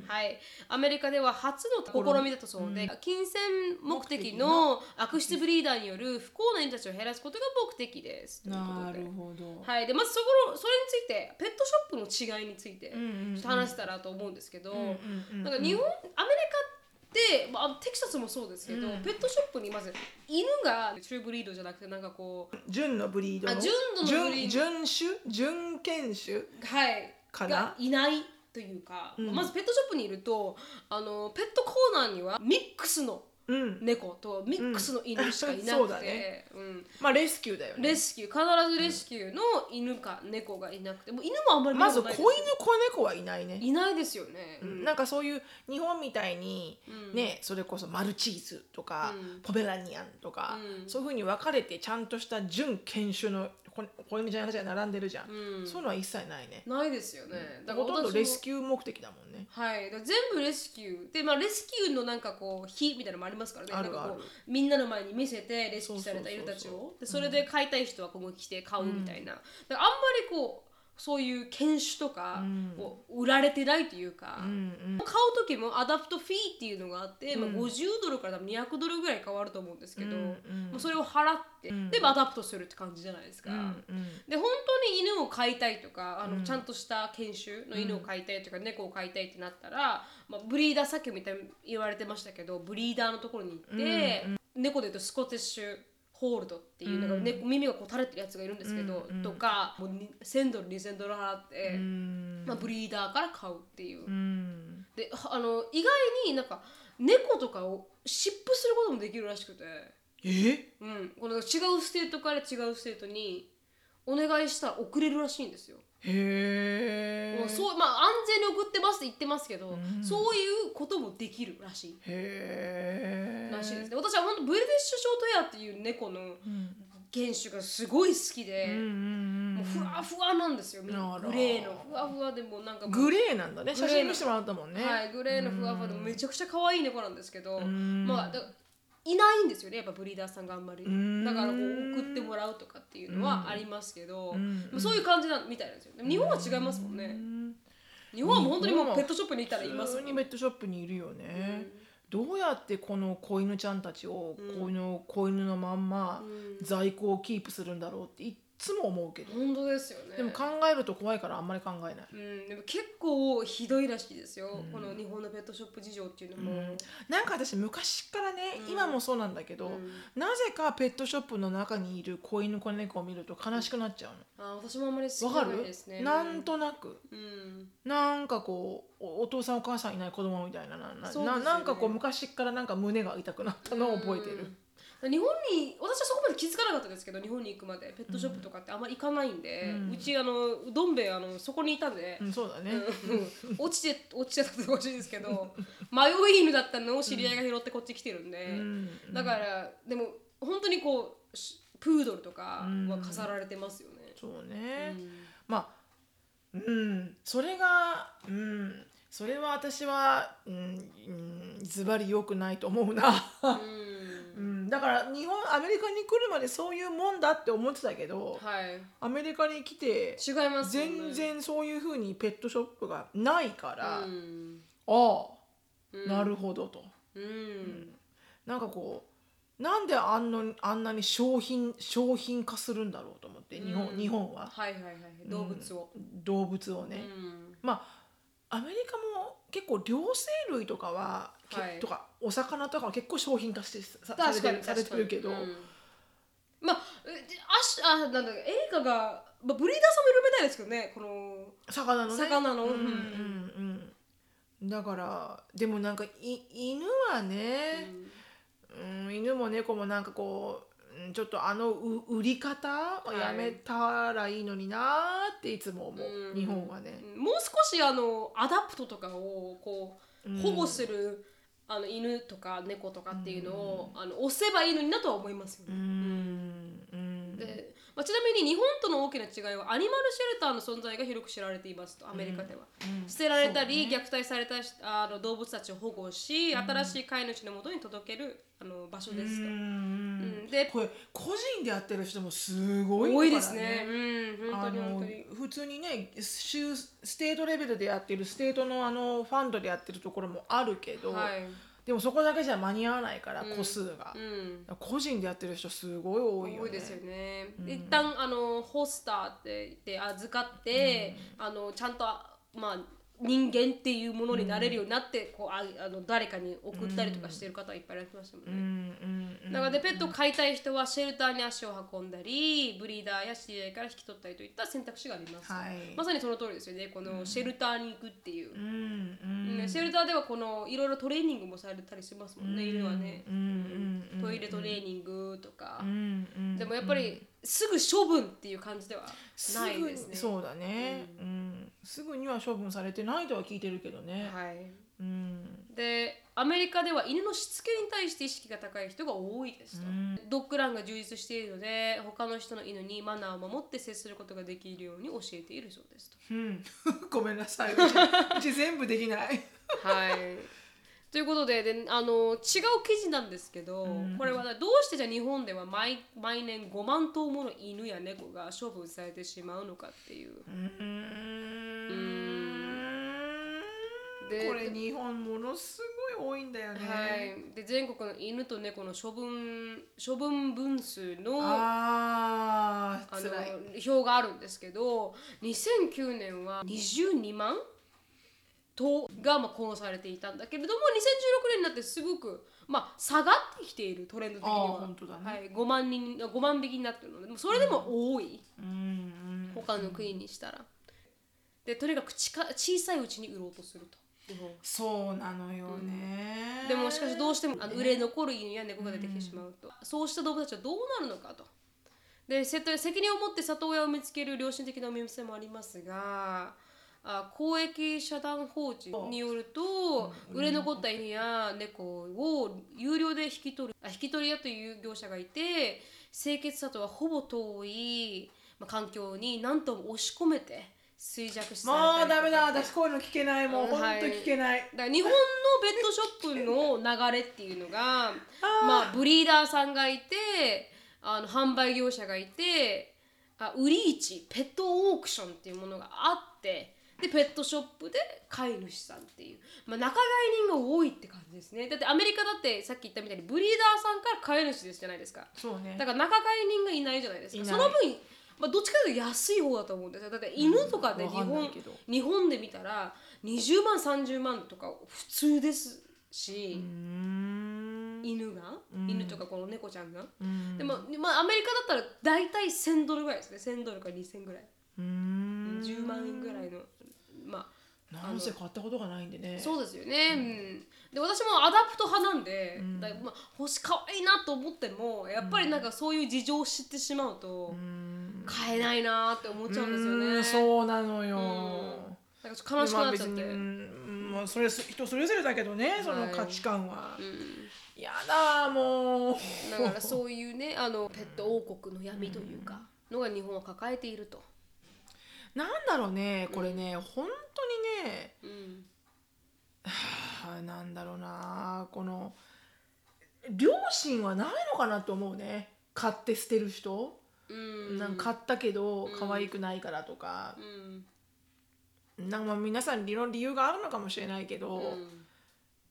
Speaker 1: はい、アメリカでは初の試みだったそうで、うん、金銭目的の悪質ブリーダーによる不幸な犬たちを減らすことが目的です。
Speaker 2: なるほど、
Speaker 1: はい、でまずそこのそれについてペットショップの違いについてちょっと話したらと思うんですけど、なんか日本アメリカで、まあ、テキサスもそうですけど、うん、ペットショップにまず犬がトゥーブリードじゃなくてなんかこう
Speaker 2: 純のブリードの
Speaker 1: 純度のブリード
Speaker 2: 純種純犬種
Speaker 1: はい
Speaker 2: かな
Speaker 1: がいないというか、うん、まずペットショップにいるとあのペットコーナーにはミックスの猫とミックスの犬しかいなくて、うんうん、そうだね、うん、
Speaker 2: まあレスキューだよね。
Speaker 1: レスキュー必ずレスキューの犬か猫がいなくて、もう犬もあんまり見たことないです。
Speaker 2: まず子犬子猫はいないね。
Speaker 1: いないですよね、
Speaker 2: うん、なんかそういう日本みたいに、うん、ね、それこそマルチーズとか、うん、ポメラニアンとか、うん、そういう風に分かれてちゃんとした純犬種の子犬じゃなくて並んでるじゃん、うん、そういうのは一切ないね。
Speaker 1: ないですよね、
Speaker 2: だからほとんどレスキュー目的だもんね。
Speaker 1: はい、だから全部レスキューで、まあ、レスキューのなんかこう火みたいなのもありますからね。
Speaker 2: あるある、
Speaker 1: なんかこうみんなの前に見せてレスキューされた犬たちをでそれで飼いたい人はここに来て買うみたいな、うん、だからあんまりこうそういう犬種とかを売られてないというか、うんうん、買う時もアダプトフィーっていうのがあって、うん、まあ、ごじゅうドルから多分にひゃくドルぐらい変わると思うんですけど、うんうん、もうそれを払って、うん、でアダプトするって感じじゃないですか、うんうん、で本当に犬を飼いたいとかあの、うん、ちゃんとした犬種の犬を飼いたいとか、うん、猫を飼いたいってなったら、まあ、ブリーダーさっきみたいに言われてましたけどブリーダーのところに行って、うんうん、猫で言うとスコティッシュホールドっていうのが、ね、うん、耳がこう垂れてるやつがいるんですけど、うんうん、とかもうせんドルにせんドル払って、うん、まあ、ブリーダーから買うっていう、うん、であの意外になんか猫とかをシップすることもできるらしくて、
Speaker 2: え、
Speaker 1: うん、この違うステートから違うステートにお願いしたら送れるらしいんですよ。
Speaker 2: へー、
Speaker 1: もうそう、まあ、安全に送ってますって言ってますけど、うん、そういうこともできるらしい。
Speaker 2: へー
Speaker 1: らしいですね。私は本当ブリティッシュショートヘアっていう猫の犬種がすごい好きで、うん、もうふわふわなんですよ。グレーのふわふわでもなんかもう
Speaker 2: グレーなんだね。写真見せてもらったもんね。
Speaker 1: はい、グレーのふわふわでもめちゃくちゃ可愛い猫なんですけど、まあだいないんですよね、やっぱブリーダーさんがあんまり。だからこう送ってもらうとかっていうのはありますけど、そういう感じなみたいなんですよ。でも日本は違いますもんね。日本はもう本当にもうペットショップに行ったらいますもん。
Speaker 2: 普通にペットショップにいるよね。うん、どうやってこの子犬ちゃんたちを、うん、子犬子犬のまんま在庫をキープするんだろうっていっつも思うけど。
Speaker 1: 本当ですよね。
Speaker 2: でも考えると怖いからあんまり考えない。
Speaker 1: うん、でも結構ひどいらしいですよ、うん、この日本のペットショップ事情っていうのも、うん、
Speaker 2: なんか私昔からね、うん、今もそうなんだけど、うん、なぜかペットショップの中にいる子犬子猫を見ると悲しくなっちゃうの。
Speaker 1: あ、私もあんまり好きじゃないですね。
Speaker 2: なんとなく、うん、なんかこう お, お父さんお母さんいない子供みたいな な, な, な, なんかこう昔からなんか胸が痛くなったのを覚えてる。
Speaker 1: 日本に私はそこまで気づかなかったですけど、日本に行くまでペットショップとかってあんま行かないんで、うん、うちあのどん兵衛あのそこにいたんで、
Speaker 2: うん、そうだね、
Speaker 1: うん、落ちて落ちてたってほしいですけど迷い犬だったのを知り合いが拾ってこっち来てるんで、うん、だからでも本当にこうプードルとかは飾られてますよね、
Speaker 2: うん、そうね、うん、まあうんそれがうんそれは私はうん、うん、ズバリ良くないと思うな、うんうん、だから日本アメリカに来るまでそういうもんだって思ってたけど、はい、アメリカに来て
Speaker 1: 違いますよね、
Speaker 2: 全然そういう風にペットショップがないから、うん、ああ
Speaker 1: うん
Speaker 2: なるほどと、
Speaker 1: うん、
Speaker 2: なんかこうなんであんのあんなに商品商品化するんだろうと思って、日本、
Speaker 1: うん
Speaker 2: 日本は、
Speaker 1: はいはいはい動物を、
Speaker 2: うん、動物をね、
Speaker 1: うん、
Speaker 2: まあアメリカも結構両生類とかは、け
Speaker 1: はい
Speaker 2: とかお魚とかは結構商品化してさされ
Speaker 1: 確かに
Speaker 2: てるされてるけど、
Speaker 1: 確かに、うん、まあえあしあなんだ映画が、まあ、ブリーダーさんもいるみたいですけどねこの
Speaker 2: 魚のね
Speaker 1: 魚の、
Speaker 2: うんうんうん、だからでもなんかい犬はね、うん、犬も猫もなんかこううんちょっとあのう売り方をやめたらいいのになーっていつも思う、
Speaker 1: うん
Speaker 2: 日本はね、
Speaker 1: もう少しあのアダプトとかをこう、
Speaker 2: うん
Speaker 1: 保護するあの犬とか猫とかっていうのを、あの押せばいいのになとは思いますよね。
Speaker 2: うんうん
Speaker 1: でまあ、ちなみに日本との大きな違いはアニマルシェルターの存在が広く知られていますとアメリカでは、
Speaker 2: うん
Speaker 1: 捨てられたり、
Speaker 2: そうね
Speaker 1: 虐待されたあの動物たちを保護し、新しい飼い主のもとに届けるあの場所ですと、
Speaker 2: うん
Speaker 1: うんで
Speaker 2: これ個人でやってる人もすごい
Speaker 1: 多い
Speaker 2: から
Speaker 1: ですね、うん、本当に本当に
Speaker 2: 普通にね州ステートレベルでやってるステートのあのファンドでやってるところもあるけど、
Speaker 1: はい
Speaker 2: でもそこだけじゃ間に合わないから、
Speaker 1: うん
Speaker 2: 個数が、
Speaker 1: うん
Speaker 2: 個人でやってる人すごい多いよね。
Speaker 1: 多いですよね、
Speaker 2: うん
Speaker 1: 一旦あのホスターって言って預かって、あのちゃんとまあ人間っていうものになれるようになって、こうああの誰かに送ったりとかしてる方はいっぱいいらっしゃいましたもんね、
Speaker 2: うんうんうん、
Speaker 1: なのでペットを飼いたい人はシェルターに足を運んだりブリーダーや知り合いから引き取ったりといった選択肢があります、
Speaker 2: はい、
Speaker 1: まさにその通りですよねこのシェルターに行くっていう、
Speaker 2: うんうん
Speaker 1: ね、シェルターではこのいろいろトレーニングもされたりしますもんね、犬はね、
Speaker 2: うんうんうん、
Speaker 1: トイレトレーニングとか、
Speaker 2: うんうん、
Speaker 1: でもやっぱりすぐ処分っていう感じではないですね。
Speaker 2: そうだね、うんうん、すぐには処分されてないとは聞いてるけどね、
Speaker 1: はい
Speaker 2: うん、
Speaker 1: でアメリカでは犬のしつけに対して意識が高い人が多いですと、うん、ドッグランが充実しているので他の人の犬にマナーを守って接することができるように教えているそうですと、
Speaker 2: うん、ごめんなさいうちうち全部できない
Speaker 1: はいということで、であの違う記事なんですけど、うん、これはどうしてじゃ日本では 毎, 毎年ごまん頭もの犬や猫が処分されてしまうのかっていう。うーん
Speaker 2: でこれ日本ものすごい多いんだよね。
Speaker 1: はい、で全国の犬と猫の処分処分分数の
Speaker 2: あ
Speaker 1: あの表があるんですけど、にせんきゅうねんはにじゅうにまん頭がまあ殺されていたんだけれども、にせんじゅうろくねんになってすごく、まあ、下がってきているトレンド的には。
Speaker 2: 本当だね、
Speaker 1: はい、ごまんにんごまん匹になってるので、それでも多い、
Speaker 2: うん、
Speaker 1: 他の国にしたら。でとにかくちか小さいうちに売ろうとすると。
Speaker 2: そうなのよね、
Speaker 1: うん、でもしかしどうしてもあの売れ残る犬や猫が出てきてしまうと、うん、そうした動物たちはどうなるのかと。で責任を持って里親を見つける良心的なお店もありますが、あ公益社団法人によると、うん、売れ残った犬や猫を有料で引き取るあ引き取り屋という業者がいて、清潔さとはほぼ遠い、まあ、環境に何とも押し込めて衰弱されたりとか。
Speaker 2: もうダメだ、私こういうの聞けない、もう本当聞けない、はい、
Speaker 1: だから日本のペットショップの流れっていうのがまあブリーダーさんがいて、あの販売業者がいて、あ売り市ペットオークションっていうものがあって、でペットショップで飼い主さんっていう、まあ、仲買人が多いって感じですね。だってアメリカだってさっき言ったみたいにブリーダーさんから飼い主ですじゃないですか。
Speaker 2: そうね、
Speaker 1: だから仲買人がいないじゃないですか。その分まあ、どっちかというと安い方だと思うんですよ。だって犬とかで日本、うん、日本で見たらにじゅうまんさんじゅうまんとか普通ですし、犬が、うん、犬とかこの猫ちゃんが、うん、でも、まあ、アメリカだったら大体せんドルぐらいですね。せんドルかにせんぐらい、うんじゅうまんえんぐらいの、まあ
Speaker 2: なんせ買ったことがないんでね。
Speaker 1: そうですよね、うんうん、で私もアダプト派なんで、うん、だまあ、欲し可愛いなと思ってもやっぱりなんかそういう事情を知ってしまうと、うん買えないなって思っちゃうんですよね。
Speaker 2: うんそうなのよ、うん、
Speaker 1: なんか悲しくなっちゃって、
Speaker 2: まあ、それ人それぞれだけどね、その価値観は、はい、うん、やだもう
Speaker 1: だからそういうねあのペット王国の闇というかのが日本は抱えていると。
Speaker 2: なんだろうねこれね、うん、本当にね、うんはあ、なんだろうな、この良心はないのかなと思うね。買って捨てる人、うん、なんか買ったけど可愛くないからとか、うん、なんかまあ皆さんいろんな理由があるのかもしれないけど、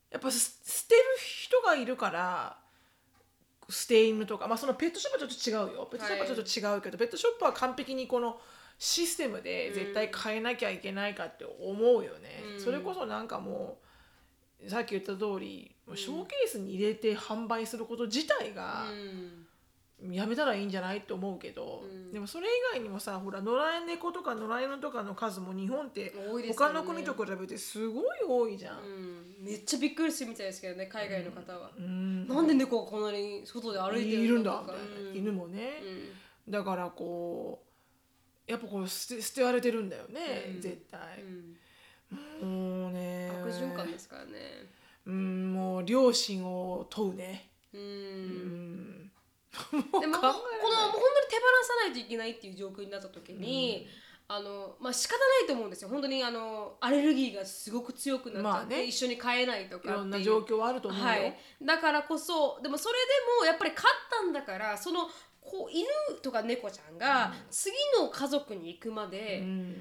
Speaker 2: やっぱす捨てる人がいるから捨て犬とか、まあそのペットショップはちょっと違うよ。ペットショップはちょっと違うけど、はい、ペットショップは完璧にこのシステムで絶対変えなきゃいけないかって思うよね、うん、それこそなんかもうさっき言った通り、うん、ショーケースに入れて販売すること自体がやめたらいいんじゃないって思うけど、うん、でもそれ以外にもさ、ほら野良猫とか野良犬とかの数も日本って他の国と比べてすごい多いじゃん、
Speaker 1: うん、めっちゃびっくりするみたいですけどね、海外の方は、うん、なんで猫がこんなに外で歩いてるんだとか、
Speaker 2: いるんだみたいな、うん、犬もね、うん、だからこうやっぱこう捨て、捨てられてるんだよね、うん、絶対、うん、もうね
Speaker 1: 悪循環ですからね、
Speaker 2: うん、もう良心を問うね、うん、うん
Speaker 1: でもこの本当に手放さないといけないっていう状況になった時に、うん、あのまあ仕方ないと思うんですよ。本当にあのアレルギーがすごく強くなっちゃって、まあね、一緒に飼えないとかっていうい
Speaker 2: ろんな状況はあると思うよ、はい、
Speaker 1: だからこそでもそれでもやっぱり飼ったんだからそのこう犬とか猫ちゃんが次の家族に行くまで、うん、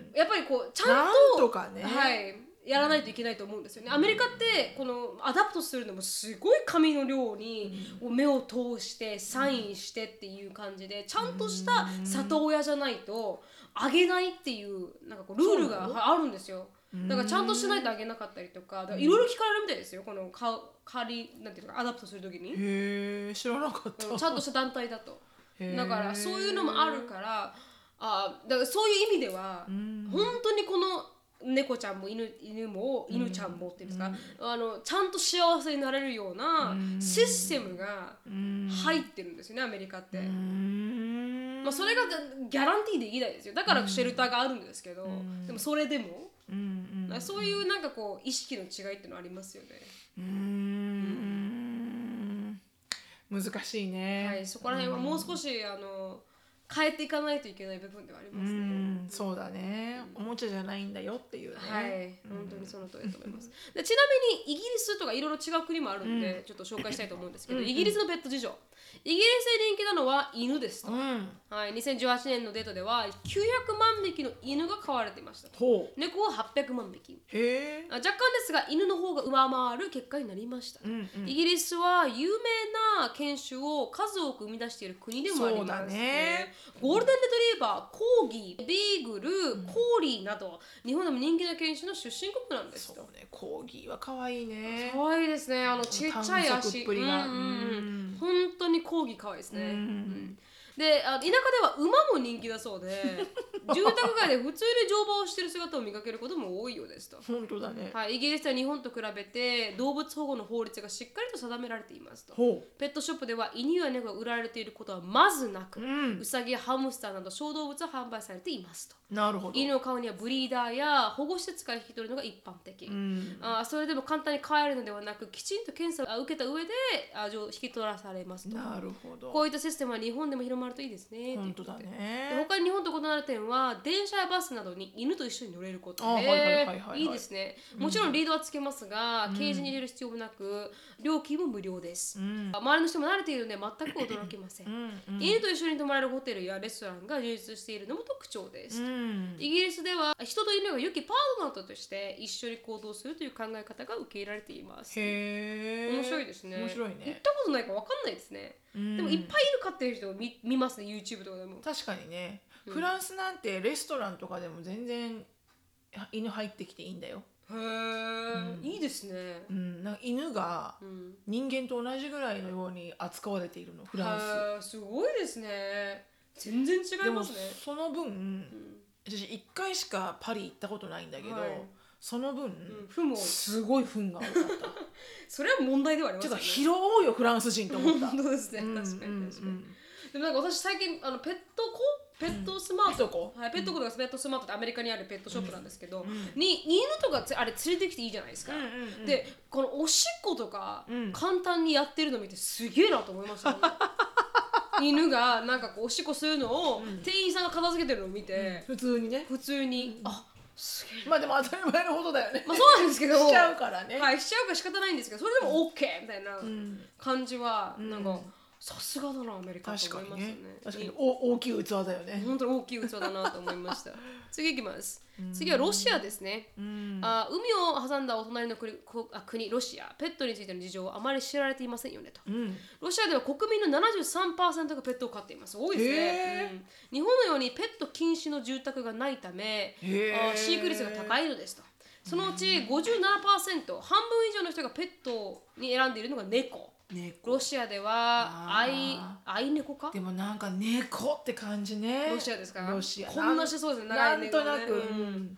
Speaker 1: やっぱりこうちゃんと、
Speaker 2: なんとかね、
Speaker 1: はい、やらないといけないと思うんですよね。アメリカってこのアダプトするのもすごい紙の量に目を通してサインしてっていう感じでちゃんとした里親じゃないとあげないっていうなんかこうルールがあるんですよ。だからちゃんとしないとあげなかったりとかいろいろ聞かれるみたいですよ、この仮なんていうかアダプトするときに。
Speaker 2: へー、知らなかった、
Speaker 1: うん、ちゃんとした団体だと。だからそういうのもあるからあだからそういう意味では本当にこの猫ちゃんも 犬, 犬も犬ちゃんもっていうんですか、あのちゃんと幸せになれるようなシステムが入ってるんですよね、アメリカって。まあ、それがギャランティーできないですよ。だからシェルターがあるんですけど、でもそれでもそういうなんかこう意識の違いっていうのありますよね。うー
Speaker 2: ん、難しいね、
Speaker 1: はい、そこら辺はもう少しあの変えていかないといけない部分ではありますね。
Speaker 2: うん、そうだね、うん、おもちゃじゃないんだよっていうね。
Speaker 1: はい、本当にその通りだと思います。でちなみにイギリスとかいろいろ違う国もあるんで、うん、ちょっと紹介したいと思うんですけど、うん、イギリスのペット事情、イギリスで人気なのは犬ですと、うん、はい、にせんじゅうはちねんのデータではきゅうひゃくまんびきの犬が飼われていました。猫ははっぴゃくまんびき。へー、若干ですが犬の方が上回る結果になりました、うんうん、イギリスは有名な犬種を数多く生み出している国でもあります、ね、ゴールデンレトリーバー、コーギー、ビーグル、うん、コーリーなど日本でも人気な犬種の出身国なんですと。
Speaker 2: そうね、コーギーは可愛いね。
Speaker 1: 可愛いですね、あのちっちゃい足、うんうん、本当にコーギー可愛いですね、うんうん、であ田舎では馬も人気だそうで住宅街で普通に乗馬をしている姿を見かけることも多いようですと。
Speaker 2: 本当だね、
Speaker 1: はい、イギリスは日本と比べて動物保護の法律がしっかりと定められていますと。ペットショップでは犬や猫が売られていることはまずなく、うん、ウサギやハムスターなど小動物は販売されていますと。
Speaker 2: なるほど。
Speaker 1: 犬を飼うにはブリーダーや保護施設から引き取るのが一般的、うん、あそれでも簡単に飼えるのではなくきちんと検査を受けた上であ引き取らされますと。
Speaker 2: なるほど。
Speaker 1: こういったシステムは日本でも広まるといいですね。
Speaker 2: 本当だね。
Speaker 1: で他に日本と異なる点は電車やバスなどに犬と一緒に乗れることでいいですね。もちろんリードはつけますが、うん、ケージに入れる必要もなく料金も無料です、うん、周りの人も慣れているので全く驚きません、うんうん、犬と一緒に泊まれるホテルやレストランが充実しているのも特徴です、うん、イギリスでは人と犬が良きパートナーとして一緒に行動するという考え方が受け入れられています。
Speaker 2: へー、
Speaker 1: 面白いですね。
Speaker 2: 面白いね。
Speaker 1: 行ったことないか分かんないですね、うん、でもいっぱい犬飼ってる人を 見, 見ますね YouTube とかでも。
Speaker 2: 確かにね、うん、フランスなんてレストランとかでも全然犬入ってきていいんだよ。
Speaker 1: へー、うん、いいですね、
Speaker 2: うん、なんか犬が人間と同じぐらいのように扱われているの、フラ
Speaker 1: ンス。すごいですね。全然違いますね。でも
Speaker 2: その分、うん、私いっかいしかパリ行ったことないんだけど、はい、その分、うん、すごい糞が多かった
Speaker 1: それは問題ではありますよね。
Speaker 2: てか拾おうよフランス人と思った。
Speaker 1: 本当ですね、確かに確かに、うんうんうん、でもなんか私最近あのペットコペットスマート、うん、はい、ペットコとかペットスマートってアメリカにあるペットショップなんですけど、うん、に犬とかあれ連れてきていいじゃないですか、うんうんうん、でこのおしっことか、うん、簡単にやってるの見てすげえなと思いましたね犬がなんかこうおしっこするのを、うん、店員さんが片付けてるのを見て、
Speaker 2: うん、普通にね
Speaker 1: 普通に、うん、あすげえ。
Speaker 2: まあでも当たり前のことだよね。
Speaker 1: まあそうなんですけど
Speaker 2: しちゃうからね。
Speaker 1: はい、しちゃうから仕方ないんですけど、それでも OK みたいな感じはなんかさすがだなアメリカと
Speaker 2: 確かに
Speaker 1: 思いますよね。
Speaker 2: ね。確かにお大きい器だよね。
Speaker 1: 本当に大きい器だなと思いました。次いきます。次はロシアですね。あ海を挟んだお隣の国、こあ国ロシア、ペットについての事情はあまり知られていませんよねと。
Speaker 2: うん、
Speaker 1: ロシアでは国民の ななじゅうさんパーセント がペットを飼っています。多いですね、うん。日本のようにペット禁止の住宅がないため、あ飼育率が高いのですと。そのうち ごじゅうななパーセント、半分以上の人がペットに選んでいるのが猫。猫ロシアでは愛愛猫か。
Speaker 2: でもなんか猫って感じね。
Speaker 1: ロシアですか。
Speaker 2: ロシア
Speaker 1: こんなしてそうですね。
Speaker 2: なんとなく、うん、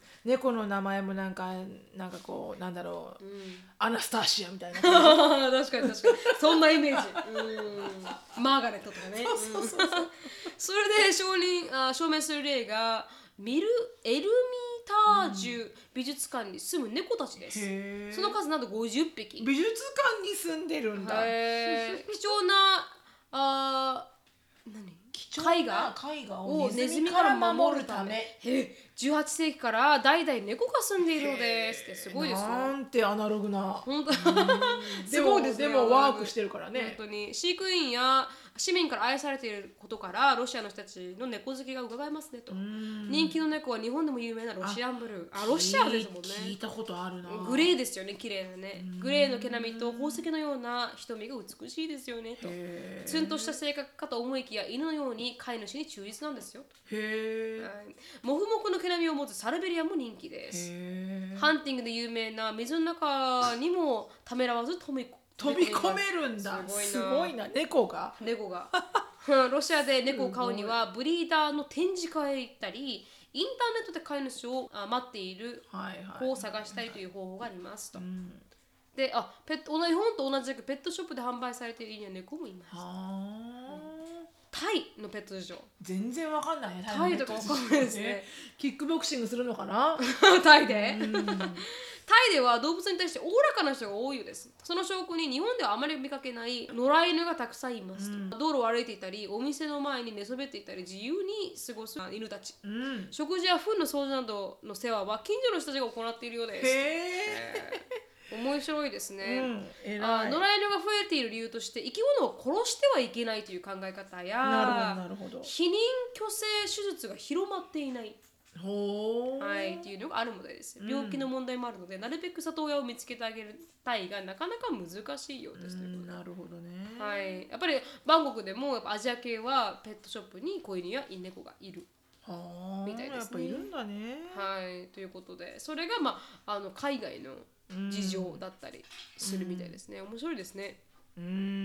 Speaker 2: 猫の名前もなんかなんかこうなんだろう、うん、アナスタシアみたいな感
Speaker 1: じ。確かに確かにそんなイメージ。うんマーガレットとかね。そうそうそうそうそれで証認あ証明する例がミルエルミタージュ美術館に住む猫たちです。うん、その数なんとごじゅっぴき。
Speaker 2: 美術館に住んでるんだ。
Speaker 1: 貴重なあ何絵画
Speaker 2: 絵画をネズミから守るため。
Speaker 1: じゅうはっ世紀から代々猫が住んでいるのですってすごいですよ。
Speaker 2: なんてアナログな。
Speaker 1: 本当
Speaker 2: すごいですね。でもワークしてるからね。
Speaker 1: 本当に飼育員や市民から愛されていることからロシアの人たちの猫好きが伺えますねと。人気の猫は日本でも有名なロシアンブルー。あ、ロシアですもんね。
Speaker 2: 聞いたことあるな。
Speaker 1: グレーですよね、綺麗なね。グレーの毛並みと宝石のような瞳が美しいですよねと。ツンとした性格かと思いきや犬のように飼い主に忠実なんですよ。
Speaker 2: へー、
Speaker 1: はい、モフモフの毛並みを持つサルベリアも人気です。ハンティングで有名な水の中にもためらわず飛び
Speaker 2: 飛び込めるんだ。すごいな。猫が
Speaker 1: 猫がロシアで猫を飼うにはブリーダーの展示会へ行ったりインターネットで飼い主を待っている子を探したりという方法がありますと。であペット日本と同じくペットショップで販売されている犬や猫もいます。タイのペット事情
Speaker 2: 全然わかんないね。
Speaker 1: タイとかわかんないですね。
Speaker 2: キックボクシングするのかな
Speaker 1: タイでタイでは動物に対しておおらかな人が多いようです。その証拠に日本ではあまり見かけない野良犬がたくさんいますと、うん、道路を歩いていたりお店の前に寝そべっていたり自由に過ごす犬たち、うん、食事や糞の掃除などの世話は近所の人たちが行っているようです。へー面白いですね、うん、あ野良犬が増えている理由として生き物を殺してはいけないという考え方や
Speaker 2: なるほどなるほど
Speaker 1: 避妊去勢手術が広まっていない
Speaker 2: ほー、
Speaker 1: はい、っていうのがあるみたいです。病気の問題もあるので、うん、なるべく里親を見つけてあげたいがなかなか難しいようです、
Speaker 2: うん、なるほどね、
Speaker 1: はい、やっぱりバンコクでもやっぱアジア系はペットショップに子犬や犬猫がいるみたいですね。
Speaker 2: やっぱいるんだね。
Speaker 1: はい、ということでそれが、まあ、あの海外の事情だったりするみたいですね、うん、面白いですね、うん、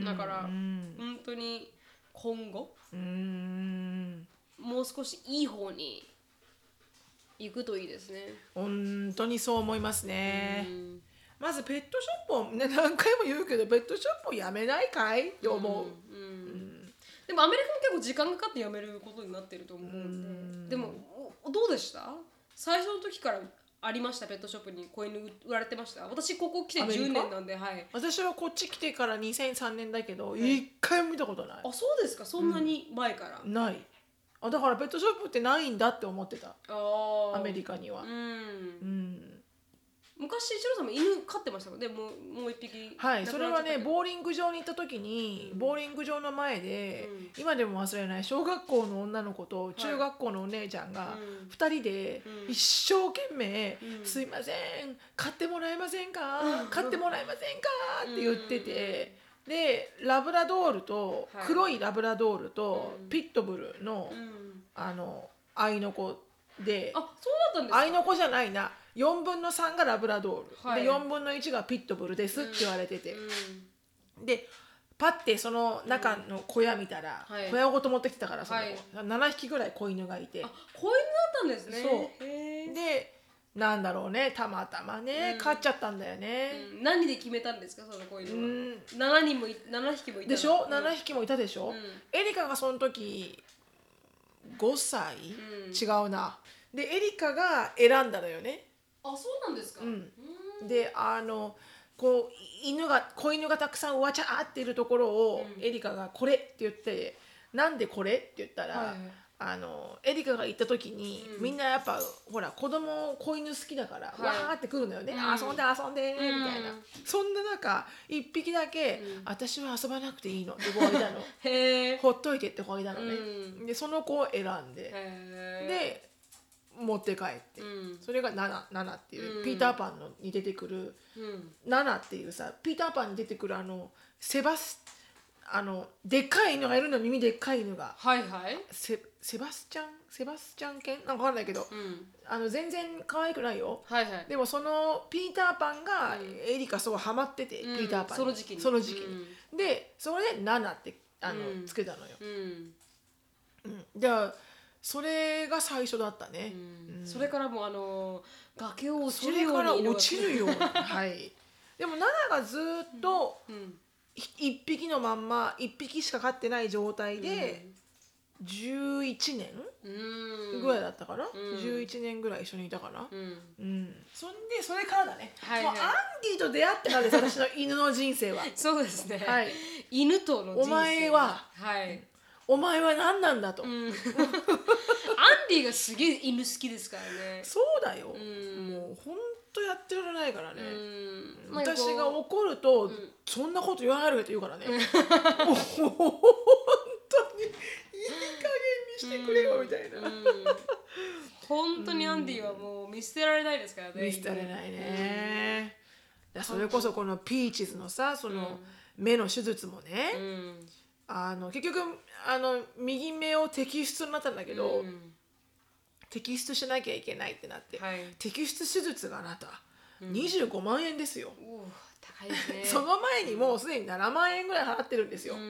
Speaker 1: だから、うん、本当に今後、うん、もう少しいい方に行くといいですね。
Speaker 2: 本当にそう思いますね、うん、まずペットショップを、ね、何回も言うけどペットショップをやめないかいって思う、うんうん
Speaker 1: うん、でもアメリカも結構時間がかかってやめることになってると思うんで、うん、でもどうでした？最初の時からありました？ペットショップに子犬売られてました？私ここ来てじゅうねんなんで、はい、
Speaker 2: 私はこっち来てからにせんさんねんだけど、はい、一回も見たことない。
Speaker 1: あ、そうですか。そんなに前から、
Speaker 2: うん、ないあだからペットショップってないんだって思ってた。あアメリカには、うんうん、
Speaker 1: 昔シロさんも犬飼ってましたもんね。もう、もう一匹。
Speaker 2: はいそれはねボーリング場に行った時に、うん、ボーリング場の前で、うん、今でも忘れない小学校の女の子と中学校のお姉ちゃんがふたりで一生懸命、うん、すいません買ってもらえませんか、うん、買ってもらえませんかって言ってて、でラブラドールと、はい、黒いラブラドールと、うん、ピットブルの、うん、あの愛の子で、
Speaker 1: あ、そうだったんですか。
Speaker 2: 愛の子じゃないな、よんぶんのさんがラブラドール、はい、でよんぶんのいちがピットブルですって言われてて、うんうん、でパッてその中の小屋見たら、うん、小屋ごと持ってきたからその、はい、ななひきぐらい子犬がいて、
Speaker 1: あ、子犬だったんですね。
Speaker 2: そうでなんだろうね、たまたまね、うん、飼っちゃったんだよね、
Speaker 1: うん、何で決めたんですかその子犬は、うん、ななにんもななひきもいた
Speaker 2: でしょ、うん、ななひきもいたでしょ、うん、エリカがその時ごさい、うん、違うな、でエリカが選んだのよね。
Speaker 1: あ、そうなんですか、うん、
Speaker 2: であのこう犬が子犬がたくさんわちゃーっているところを、うん、エリカがこれって言って、なんでこれって言ったら、はい、 あのエリカが行った時に、
Speaker 1: うん、
Speaker 2: みんなやっぱほら子供子犬好きだから、はい、わーって来るのよね、うん、遊んで遊んでみたいな、うん、そんな中一匹だけ、うん、私は遊ばなくていいのって子がいたのへほっといてって子がいたのね、うん、でその子を選んでで持って帰って、うん、それがナナ、ナナっていう、うん、ピーターパンのに出てくる、うん、ナナっていうさピーターパンに出てくるあのセバスあのでっかい犬がいるの耳でっかい犬が
Speaker 1: はいはい
Speaker 2: セセバスチャンセバスチャン犬なんかわかんないけど、うん、あの全然可愛くないよ、はいはい、でもそのピーターパンがエリカすごいハマってて、うん、ピーターパンに
Speaker 1: その時期に
Speaker 2: その時期に、うん、でそれでナナってあの、うん、つけたのよ、うんうん、でそれが最初だったね、
Speaker 1: うんうん、それからもうあの崖を落ちるように
Speaker 2: それから落ちるようにはいでもナナがずっと、うんうん一匹のまんま一匹しか飼ってない状態でじゅういちねんぐらいだったかな、うん、じゅういちねんぐらい一緒にいたかな、うんうん、そんでそれからだね、はいはい、もうアンディと出会ってからです私の犬の人生は
Speaker 1: そうですね、はい、犬との人生
Speaker 2: お前は、
Speaker 1: はい、
Speaker 2: お前は何なんだと、うん、アン
Speaker 1: ディがすげえ犬好きですからね
Speaker 2: そうだよ、うん、もうほんとやってられないからね、うん、私が怒ると、うん、そんなこと言わないでって言うからね、もう本当にいい加減にしてくれよみたいな、うんうん、
Speaker 1: 本当にアンディはもう見捨てられないですからね、
Speaker 2: 見捨てられないね、うん、それこそこのピーチズのさその目の手術もね、うん、あの結局あの右目を摘出になったんだけど、うん摘出しなきゃいけないってなって、はい、摘出手術があなた、うん、にじゅうごまんえんですよ、
Speaker 1: 高いですね
Speaker 2: その前にもうすでにななまんえんぐらい払ってるんですよ、うん、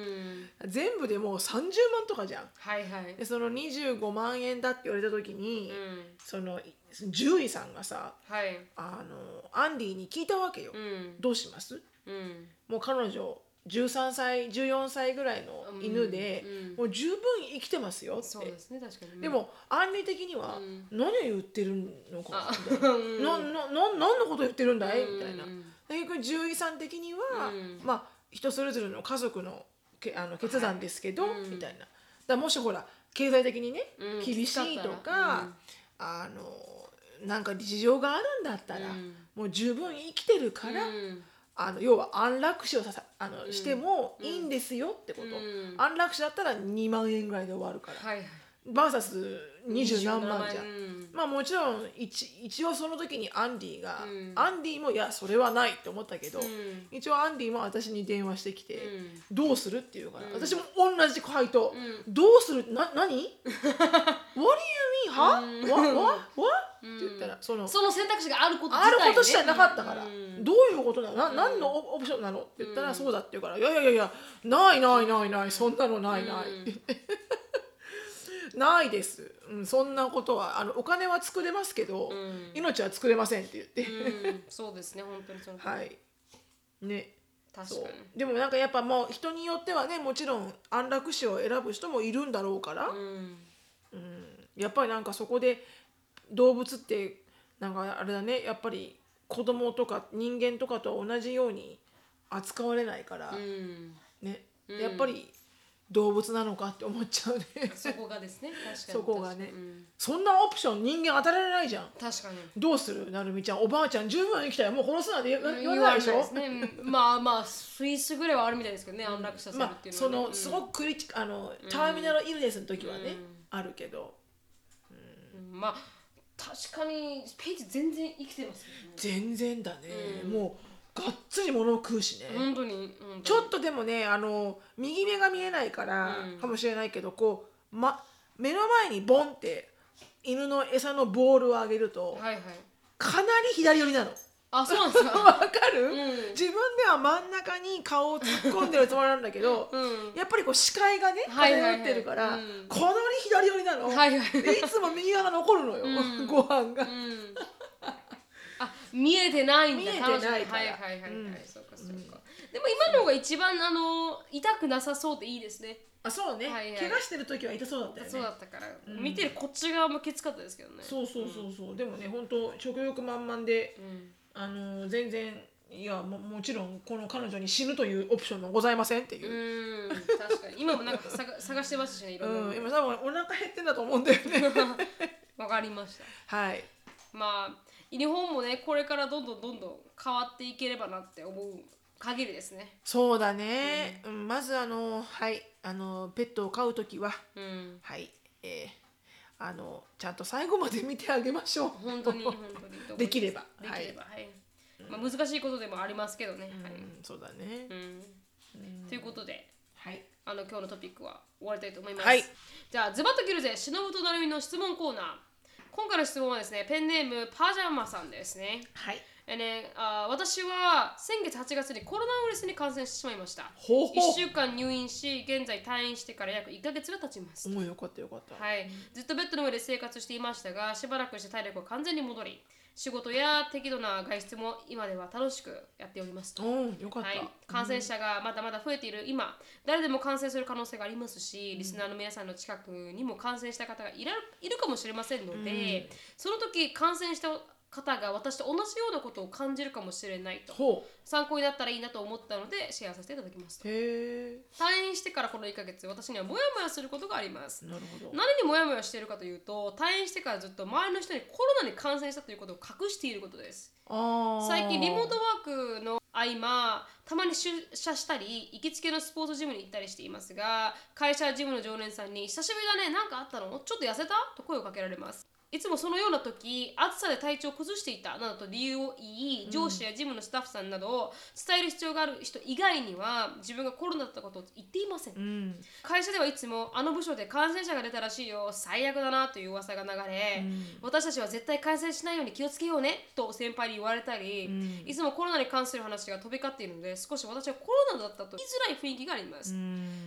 Speaker 2: 全部でもうさんじゅうまんとかじゃん、はいはい、でそのにじゅうごまんえんだって言われた時に、うん、その獣医さんがさ、はい、あのアンディに聞いたわけよ、うん、どうします、うん、もう彼女じゅうさんさいじゅうよんさいぐらいの犬で、うんうん、もう十分生きてますよってそうですね確かに、でもアンディ的には、うん、何を言ってるのかみたいな、うん、な, な, な何のこと言ってるんだい、うん、みたいな、結局獣医さん的には、うん、まあ人それぞれの家族のけあの決断ですけど、はい、みたいな、だからもしほら経済的にね、うん、厳しいとか、うん、あのなんか事情があるんだったら、うん、もう十分生きてるから、うんあの要は安楽死をささあの、うん、してもいいんですよってこと、うん、安楽死だったらにまんえんぐらいで終わるから、はいはい、バーサスにじゅう何万じゃん、うん、まあもちろん一, 一応その時にアンディが、うん、アンディもいやそれはないって思ったけど、うん、一応アンディも私に電話してきて、うん、どうするって言うから、うん、私も同じ回答、うん、どうするな何What do you mean? は、うん、What? What? What? って言ったらその、
Speaker 1: その選択肢があること
Speaker 2: 自体、ね、あることしかなかったから、うん、どういうことなのな、うん、何のオプションなのって言ったら、うん、そうだって言うから、いやいやいやいやないないないないそんなのないないって言って、うん、ないです、うん、そんなことはあのお金は作れますけど、うん、命は作れませんって言って、
Speaker 1: うん、そうですね本当にその通り
Speaker 2: はいね
Speaker 1: 確かに
Speaker 2: でもなんかやっぱもう人によってはねもちろん安楽死を選ぶ人もいるんだろうから、うんうん、やっぱりなんかそこで動物ってなんかあれだねやっぱり子供とか人間とかと同じように扱われないから、うん、ね、うん、やっぱり動物なのかって思っちゃうね
Speaker 1: そこがですね確かに
Speaker 2: そこがね、うん、そんなオプション人間与えられないじゃん
Speaker 1: 確かに
Speaker 2: どうするなるみちゃんおばあちゃん十分生きたよもう殺すなんて言わないでしょ、
Speaker 1: うん、ね、まあまあスイスぐらいはあるみたいですけどね、うん、安楽死させるっていうのは、ね、
Speaker 2: まあ、そのすごくクリティあの、うん、ターミナルイルネスの時はね、うん、あるけど、
Speaker 1: うん、まあ確かにページ全然生きてますよね
Speaker 2: 全然だね、うん、もうがっつり物を食うしね
Speaker 1: 本当に、本当に
Speaker 2: ちょっとでもねあの右目が見えないから、うん、かもしれないけどこう、ま、目の前にボンって犬の餌のボールをあげると、はいはい、かなり左寄りなの
Speaker 1: あ、そうなんですか
Speaker 2: わかる、うん、自分では真ん中に顔を突っ込んでるつもりなんだけど、うん、やっぱりこう視界がね偏ってるから、はいはいはいうん、かなり左寄りなの、はいはい、でいつも右側が残るのよ、うん、ご飯が、うん、
Speaker 1: あ見えてないんだ
Speaker 2: 見えてないからはいはい
Speaker 1: はいはい、うん、そうかそうか、うん、でも今の方が一番あの痛くなさそうでいいですね
Speaker 2: あそうね、はいはい、怪我してる時は痛そうだったよね
Speaker 1: そうだったから、うん、見てるこっち側もきつかったですけどね
Speaker 2: そうそうそうそう、うん、でもね本当食欲満々で、うんあのー、全然いや も, もちろんこの彼女に死ぬというオプションもございませんっていう。
Speaker 1: うん確かに今もなんか探探してますしねいろんな、
Speaker 2: うん、今多分お腹減ってんだと思うんだよね。
Speaker 1: わかりました。
Speaker 2: はい。
Speaker 1: まあ日本もねこれからどんどんどんどん変わっていければなって思う限りですね。
Speaker 2: そうだね、うん、まずあのはいあのペットを飼うときは、
Speaker 1: うん、
Speaker 2: はいえー、あのちゃんと最後まで見てあげましょう。
Speaker 1: 本当に本当に
Speaker 2: できれば
Speaker 1: できればはい、はいまあ、難しいことでもありますけどね、
Speaker 2: うん、
Speaker 1: はい、
Speaker 2: そうだね、
Speaker 1: うんうん、ということで、
Speaker 2: はい、
Speaker 1: あの今日のトピックは終わりたいと思います、
Speaker 2: はい、
Speaker 1: じゃあズバッと切るぜしのぶとなるみの質問コーナー。今回の質問はですねペンネームパジャマさんですね。
Speaker 2: はい
Speaker 1: えね、あ私は先月はちがつにコロナウイルスに感染してしまいました。
Speaker 2: ほうほういっ
Speaker 1: しゅうかん入院し現在退院してから約いっかげつが経ちます。
Speaker 2: もうよかったよかった、
Speaker 1: はい、ずっとベッドの上で生活していましたがしばらくして体力は完全に戻り仕事や適度な外出も今では楽しくやっておりますと。
Speaker 2: うんよかった、
Speaker 1: はい、感染者がまだまだ増えている今誰でも感染する可能性がありますし、リスナーの皆さんの近くにも感染した方がいる、いるかもしれませんので、うん、その時感染した方が私と同じようなことを感じるかもしれないと参考になったらいいなと思ったのでシェアさせていただきますと。
Speaker 2: へ
Speaker 1: 退院してからこのいっかげつ私にはモヤモヤすることがあります。
Speaker 2: なるほど。
Speaker 1: 何にモヤモヤしているかというと退院してからずっと周りの人にコロナに感染したということを隠していることです。
Speaker 2: あ
Speaker 1: 最近リモートワークの合間たまに出社したり行きつけのスポーツジムに行ったりしていますが会社ジムの常連さんに久しぶりだね何かあったのちょっと痩せたと声をかけられます。いつもそのような時暑さで体調を崩していたなどと理由を言い上司やジムのスタッフさんなどを伝える必要がある人以外には自分がコロナだったことを言っていません、うん、会社ではいつもあの部署で感染者が出たらしいよ最悪だなという噂が流れ、うん、私たちは絶対感染しないように気をつけようねと先輩に言われたり、うん、いつもコロナに関する話が飛び交っているので少し私はコロナだったと言いづらい雰囲気があります、うん、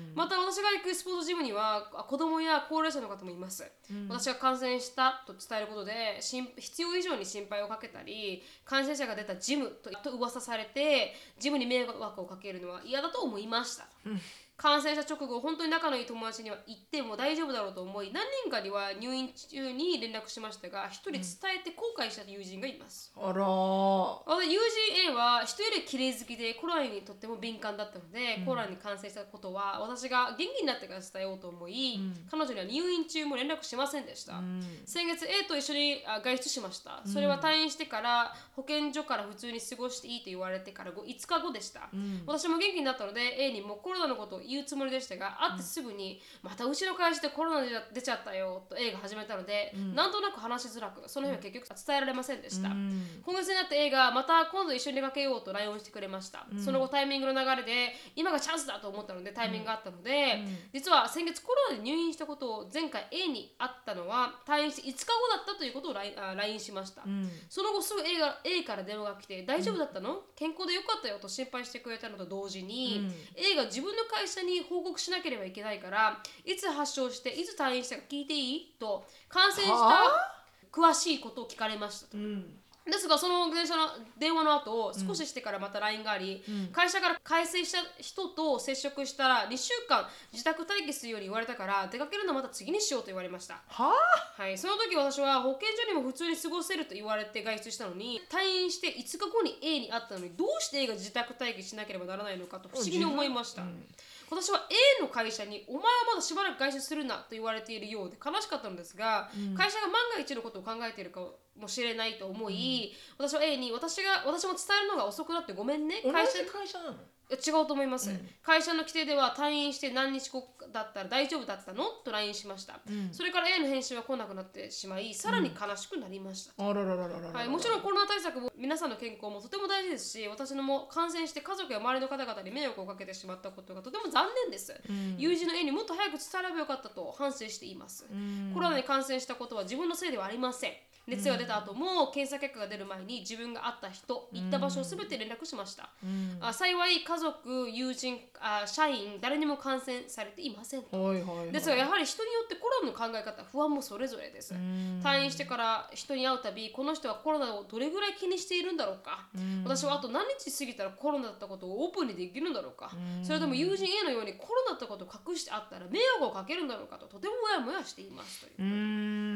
Speaker 1: また私が行くスポーツジムには子供や高齢者の方もいます、うん、私が感染したと伝えることで必要以上に心配をかけたり感染者が出たジムと噂されてジムに迷惑をかけるのは嫌だと思いました、うん感染した直後本当に仲のいい友達には行っても大丈夫だろうと思い何人かには入院中に連絡しましたが一人伝えて後悔した友人がいます、うん、あら友人 A は人より綺麗好きでコロナにとっても敏感だったので、うん、コロナに感染したことは私が元気になってから伝えようと思い、うん、彼女には入院中も連絡しませんでした、うん、先月 A と一緒に外出しました、うん、それは退院してから保健所から普通に過ごしていいと言われてからいつかごでした、うん、私も元気になったので A にもコロナのことを言うつもりでしたが会ってすぐに、うん、またうちの会社でコロナ出ちゃったよと A が始めたので、うん、なんとなく話しづらくその日は結局伝えられませんでした、うん、今月になって A がまた今度一緒に出かけようと ライン をしてくれました、うん、その後タイミングの流れで今がチャンスだと思ったのでタイミングがあったので、うん、実は先月コロナで入院したことを前回 A に会ったのは退院していつかごだったということを ライン, あ ライン しました、うん、その後すぐ A, が A から電話が来て大丈夫だったの、健康でよかったよと心配してくれたのと同時に、うん、A が自分の会社に報告しなければいけないからいつ発症していつ退院したか聞いていいと感染した詳しいことを聞かれましたと、うんですがその電車の電話の後少ししてからまた ライン があり、うん、会社から改正した人と接触したらにしゅうかん自宅待機するように言われたから出かけるのはまた次にしようと言われました。
Speaker 2: は
Speaker 1: あ、はい、その時私は保健所にも普通に過ごせると言われて外出したのに退院していつかごに A に会ったのにどうして A が自宅待機しなければならないのかと不思議に思いました、うん、私は A の会社にお前はまだしばらく外出するなと言われているようで悲しかったのですが、うん、会社が万が一のことを考えているかもしれないと思い、うん、私は A に私が私も伝えるのが遅くなってごめんね。
Speaker 2: 同じ会社なの？
Speaker 1: 違うと思います、うん、会社の規定では退院して何日後だったら大丈夫だったのと ライン しました、うん、それから A の返信は来なくなってしまいさらに悲しくなりました、
Speaker 2: うん、あらららららら、
Speaker 1: はい、もちろんコロナ対策も皆さんの健康もとても大事ですし私のも感染して家族や周りの方々に迷惑をかけてしまったことがとても残念です、うん、友人の A にもっと早く伝えればよかったと反省しています、うん、コロナに感染したことは自分のせいではありません。熱が出た後も検査結果が出る前に自分が会った人、行った場所を全て連絡しました、うん、あ幸い家族、友人、あ社員誰にも感染されていません、はいはいはい、ですがやはり人によってコロナの考え方不安もそれぞれです、うん、退院してから人に会うたびこの人はコロナをどれぐらい気にしているんだろうか、うん、私はあと何日過ぎたらコロナだったことをオープンにできるんだろうか、うん、それとも友人 A のようにコロナだったことを隠してあったら迷惑をかけるんだろうかととてもモヤモヤしていますという、うーん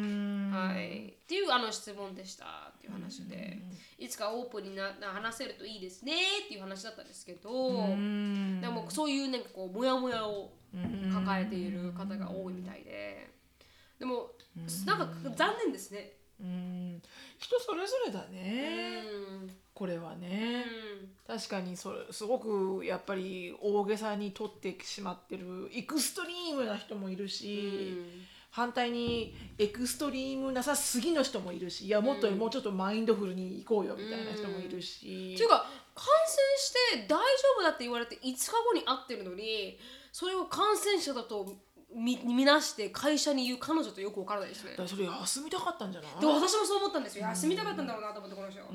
Speaker 1: はい、っていうあの質問でしたっていう話で、いつかオープンにな話せるといいですねっていう話だったんですけど、でもそういうなんかこうモヤモヤを抱えている方が多いみたいで、でもなんか残念ですね。
Speaker 2: うん、人それぞれだね、うん、これはね、うん、確かにそれすごくやっぱり大げさに取ってしまってるエクストリームな人もいるし、うん、反対にエクストリームなさすぎの人もいるし、いやもっと、うん、もうちょっとマインドフルに行こうよみたいな人もいるし、
Speaker 1: うん、っていうか感染して大丈夫だって言われていつかごに会ってるのに、それを感染者だとみ見なして会社に言う彼女とよく分からないですね。
Speaker 2: だからそれ休みたかったんじゃない？
Speaker 1: で私もそう思ったんですよ。休みたかったんだろうなと思って、この人、うん、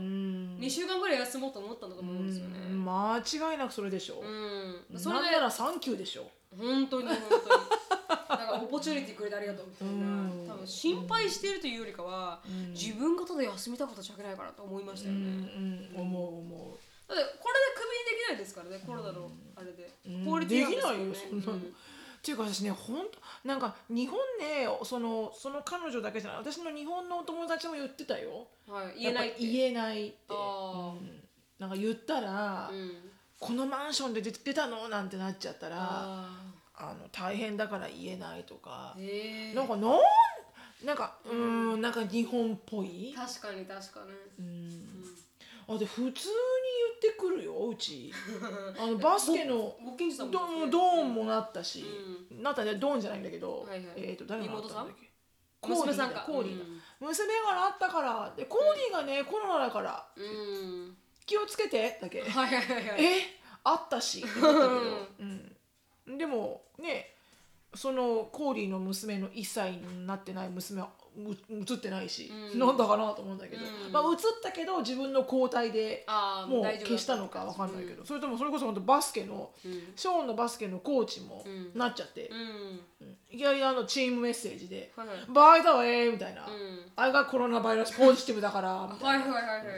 Speaker 1: にしゅうかんぐらい休もうと思ったんだと思うんですよね。
Speaker 2: うん、間違いなくそれでしょ、うん、それでなんならサンキューでしょ、
Speaker 1: 本当に本当にだからオポチュニティくれてありがとうみたいな、うん、多分心配しているというよりかは、うん、自分がただ休みたかったじゃないかなと思いましたよね、
Speaker 2: うんうん、思う思う。
Speaker 1: だってこれでクビにできないですからね、コロナのあれで、
Speaker 2: うん、法律違反ですよね。できないよそんなの、うん、っていうか私ね、ほんとなんか日本でそのその彼女だけじゃない、私の日本のお友達も言ってたよ、
Speaker 1: はい、言えないって
Speaker 2: 言えないって、あ、うん、なんか言ったら、うん、このマンションで出てたのなんてなっちゃったら、ああの大変だから言えないとか、なんかなんなんかうーん、うん、なんか日本っぽい。
Speaker 1: 確かに確かに、うん、
Speaker 2: あで普通に言ってくるよ、うちあのバスケの
Speaker 1: ご近所さんも
Speaker 2: ドーン、ドーンもなったし、うん、なったね、ドーンじゃないんだけど、はいはい、えっと誰がなったんだっけ、コーディーだ、コーディーだ、うん、娘がなったからで、コーディーがね、うん、コロナだから、うん、気をつけてだけ、はいはいはいはい、えあったしって思ったけど、うん、でもね、そのコーディーの娘のいっさいになってない娘は映ってないし、うん、なんだかなと思うんだけど、うん、まあ映ったけど自分の交代でもう消したのか分かんないけど、うん、それともそれこそ本当バスケの、うん、ショーンのバスケのコーチもなっちゃって、うんうん、いきなりあのチームメッセージで「はいはい、バイだわえ」みたいな「あれがコロナバイラスポジティブだから」みたいな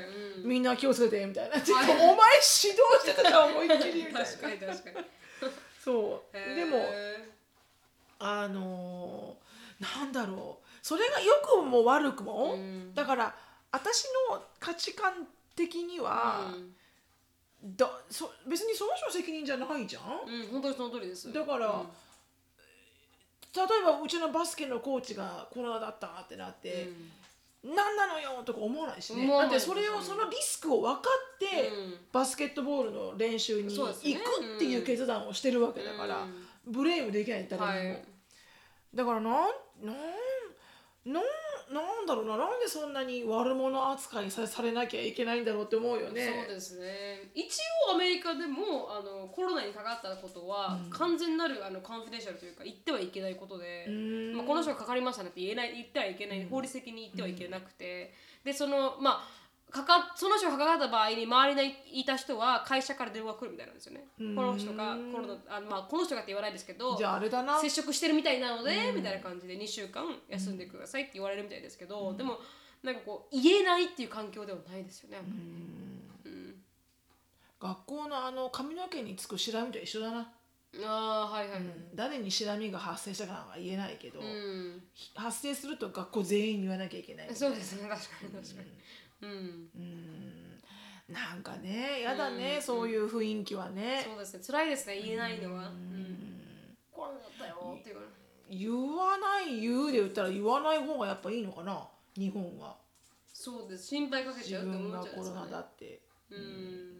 Speaker 2: 「みんな気をつけて」みたいな「はいはい、お前指導してたじゃん思いっきり」みたいな確かに確かにそうでもあのー、なんだろう、それが良くも悪くも、うん、だから私の価値観的には、うん、だそ別にその人の責任じゃないじゃん、
Speaker 1: うん、本当にその通りです。
Speaker 2: だから、うん、例えばうちのバスケのコーチがコロナだったってなって、うん、何なのよとか思わないしね、だってそれをそのリスクを分かって、うん、バスケットボールの練習に行くっていう決断をしてるわけだから、うん、ブレイムできない誰にも、はい、だからなんなんなんなんだろうな、なんでそんなに悪者扱いさされなきゃいけないんだろうって思うよね。
Speaker 1: そうですね。一応アメリカでもあのコロナにかかったことは、うん、完全なるあのコンフィデンシャルというか言ってはいけないことで、まあ、この人がかかりましたねって言えない言ってはいけない、うん、法律的に言ってはいけなくて、でそのまあかかその人がかかった場合に周りにいた人は会社から電話が来るみたいなんですよね。この人がコロナあ、まあ、この人がって言わないですけど、
Speaker 2: じゃああれだな、
Speaker 1: 接触してるみたいなのでみたいな感じでにしゅうかん休んでくださいって言われるみたいですけど、でもなんかこう言えないっていう環境ではないですよね。うんうん、
Speaker 2: 学校のあの髪の毛につくシラミと一緒だな。
Speaker 1: あ、はいはいはい、うん、
Speaker 2: 誰にシラミが発生したかは言えないけど、うん、発生すると学校全員に言わなきゃいけない。
Speaker 1: そうですね、確かに確かに。うん、うん
Speaker 2: うん、なんかね、やだね、うん、そういう雰囲気はね。
Speaker 1: そうですね、辛いですね、言えないのは。うん、コロナだったよって
Speaker 2: 言わない言うで言ったら言わない方がやっぱいいのかな、日本は。
Speaker 1: そうです、心配かけちゃうって思っちゃうんですよね。
Speaker 2: 自分がコロナだって。
Speaker 1: うん、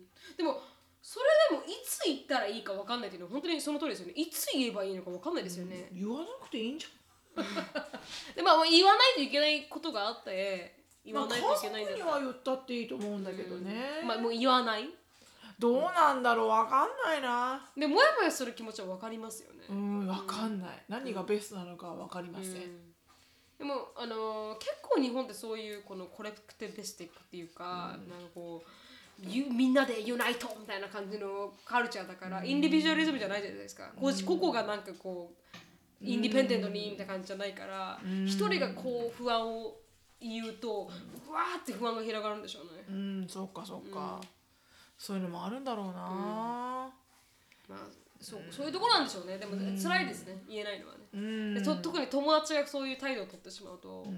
Speaker 1: でもそれでもいつ言ったらいいか分かんないっていうのは本当にその通りですよね。いつ言えばいいのか分かんないですよね。
Speaker 2: うん、言わなくていいんじゃん。
Speaker 1: でまあ言わないといけないことがあって言わないといけないんだったら、
Speaker 2: まあ、家族には言ったっていいと思うんだけどね、
Speaker 1: うん、まあもう言わない、
Speaker 2: どうなんだろう、分かんないな。
Speaker 1: でもやもやする気持ちは分かりますよね。
Speaker 2: うん、分かんない、うん、何がベストなのかは分かりません、うん、
Speaker 1: でもあのー、結構日本ってそういうこのコレクティビスティックっていうか、うん、なんかこうみんなでユナイトみたいな感じのカルチャーだから、うん、インディビジュアリズムじゃないじゃないですか、うん、個々がなんかこうインディペンデントにみたいな感じじゃないから、一、うん、人がこう不安を言うと、うん、わーって不安が広がるんでしょうね。
Speaker 2: うん、そっかそっか、うん、そういうのもあるんだろうな、うん、ま
Speaker 1: あそう、そういうところなんでしょうね。でも、ね、辛いですね、言えないのはね、うん、でと特に友達がそういう態度を取ってしまうと、うん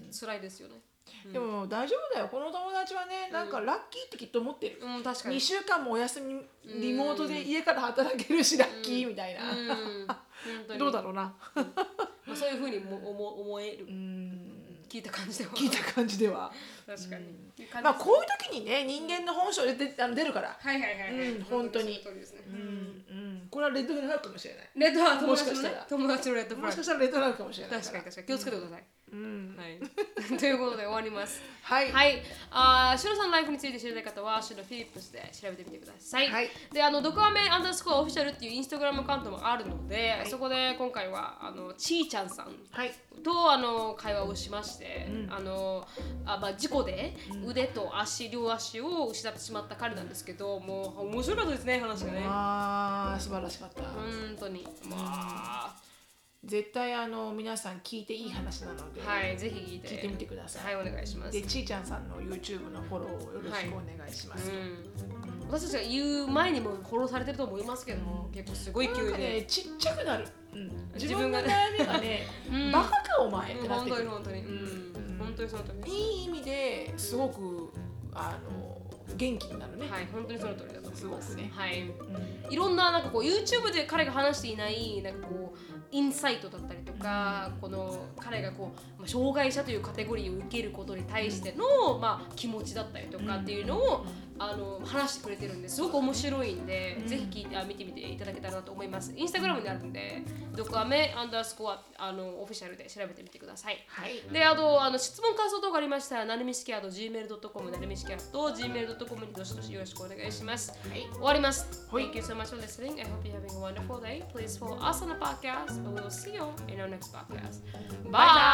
Speaker 1: 辛いですよね。
Speaker 2: でも大丈夫だよ。この友達はね、なんかラッキーってきっと思ってる。
Speaker 1: うん、確かに。
Speaker 2: にしゅうかんもお休みリモートで家から働けるしラッキーみたいな。
Speaker 1: うん、本当に
Speaker 2: どうだろうな。
Speaker 1: まあそういう風にも思思える。
Speaker 2: うん
Speaker 1: 聞いた感じでは。
Speaker 2: 聞いた感じでは。
Speaker 1: 確かに。
Speaker 2: まあこういう時にね、人間の本性で出あの出るから。
Speaker 1: はいはいはいはい。
Speaker 2: うん、本当に。
Speaker 1: そうですね。
Speaker 2: うんうん。これはレッドフラッグかもしれない。
Speaker 1: レッドは友達のね
Speaker 2: もしかしたら
Speaker 1: 友達のレッドフラ
Speaker 2: もしか
Speaker 1: ッグ。
Speaker 2: したらレッドフラッグかもしれないから。
Speaker 1: 確かに確かに気をつけてください。
Speaker 2: うん。
Speaker 1: はい。ということで終わります。
Speaker 2: はい。
Speaker 1: はい。あーシロさんのライフについて知りたい方はシロフィリップスで調べてみてください。
Speaker 2: はい
Speaker 1: で、あのドクアメアンダースコアオフィシャルっていうインスタグラムアカウントもあるので、
Speaker 2: はい
Speaker 1: そこで今回はあのちーちゃんさん
Speaker 2: はい。
Speaker 1: とあの会話をしまして、
Speaker 2: うん
Speaker 1: あのあ、まあ、事故で腕と足、両足を失ってしまった彼なんですけど、もう面白かったですね、話がね。
Speaker 2: ああ素晴らしかった。
Speaker 1: 本当に。まあ、
Speaker 2: 絶対あの皆さん聞いていい話なので、
Speaker 1: はい、ぜひ聞いて。
Speaker 2: 聞いてみてください。
Speaker 1: はい、お願いします。
Speaker 2: で、ちーちゃんさんの YouTube のフォローをよろしくお願いします。
Speaker 1: うん、私たちが言う前にもフォローされてると思いますけども、結構すごい勢いで、
Speaker 2: なんかね、ちっちゃくなる。うん、自
Speaker 1: 自
Speaker 2: 分の
Speaker 1: 分がね
Speaker 2: 悩みがね、
Speaker 1: うん
Speaker 2: バカかお前ってなっ
Speaker 1: 本当
Speaker 2: てくる。
Speaker 1: に本当に、うん、本当にその通りです。
Speaker 2: いい意味ですごくあの元気になるね。
Speaker 1: はい、本当にその通りだと思います。
Speaker 2: すごくね
Speaker 1: はい。
Speaker 2: うん
Speaker 1: いろんななんかこう YouTube で彼が話していないなんかこうインサイトだったりとか、この彼がこう、まあ、障害者というカテゴリーを受けることに対しての、まあ、気持ちだったりとかっていうのを、あの話してくれてるんですごく面白いんで、ぜひ聞いてあ見てみていただけたらなと思います。インスタグラムにあるんで、ドクアメアンダースコアあのオフィシャルで調べてみてください。
Speaker 2: はい。
Speaker 1: で、あと、あの質問感想等がありましたら、なるみしきあと ジーメールドットコム、なるみしきあと ジーメールドットコム にどしどしよろしくお願いします。
Speaker 2: はい
Speaker 1: 終わります。
Speaker 2: はい
Speaker 1: Thank you so much for listening. I hope you're having a wonderful day. Please follow us on the podcast, and we will see you in our next podcast. Bye!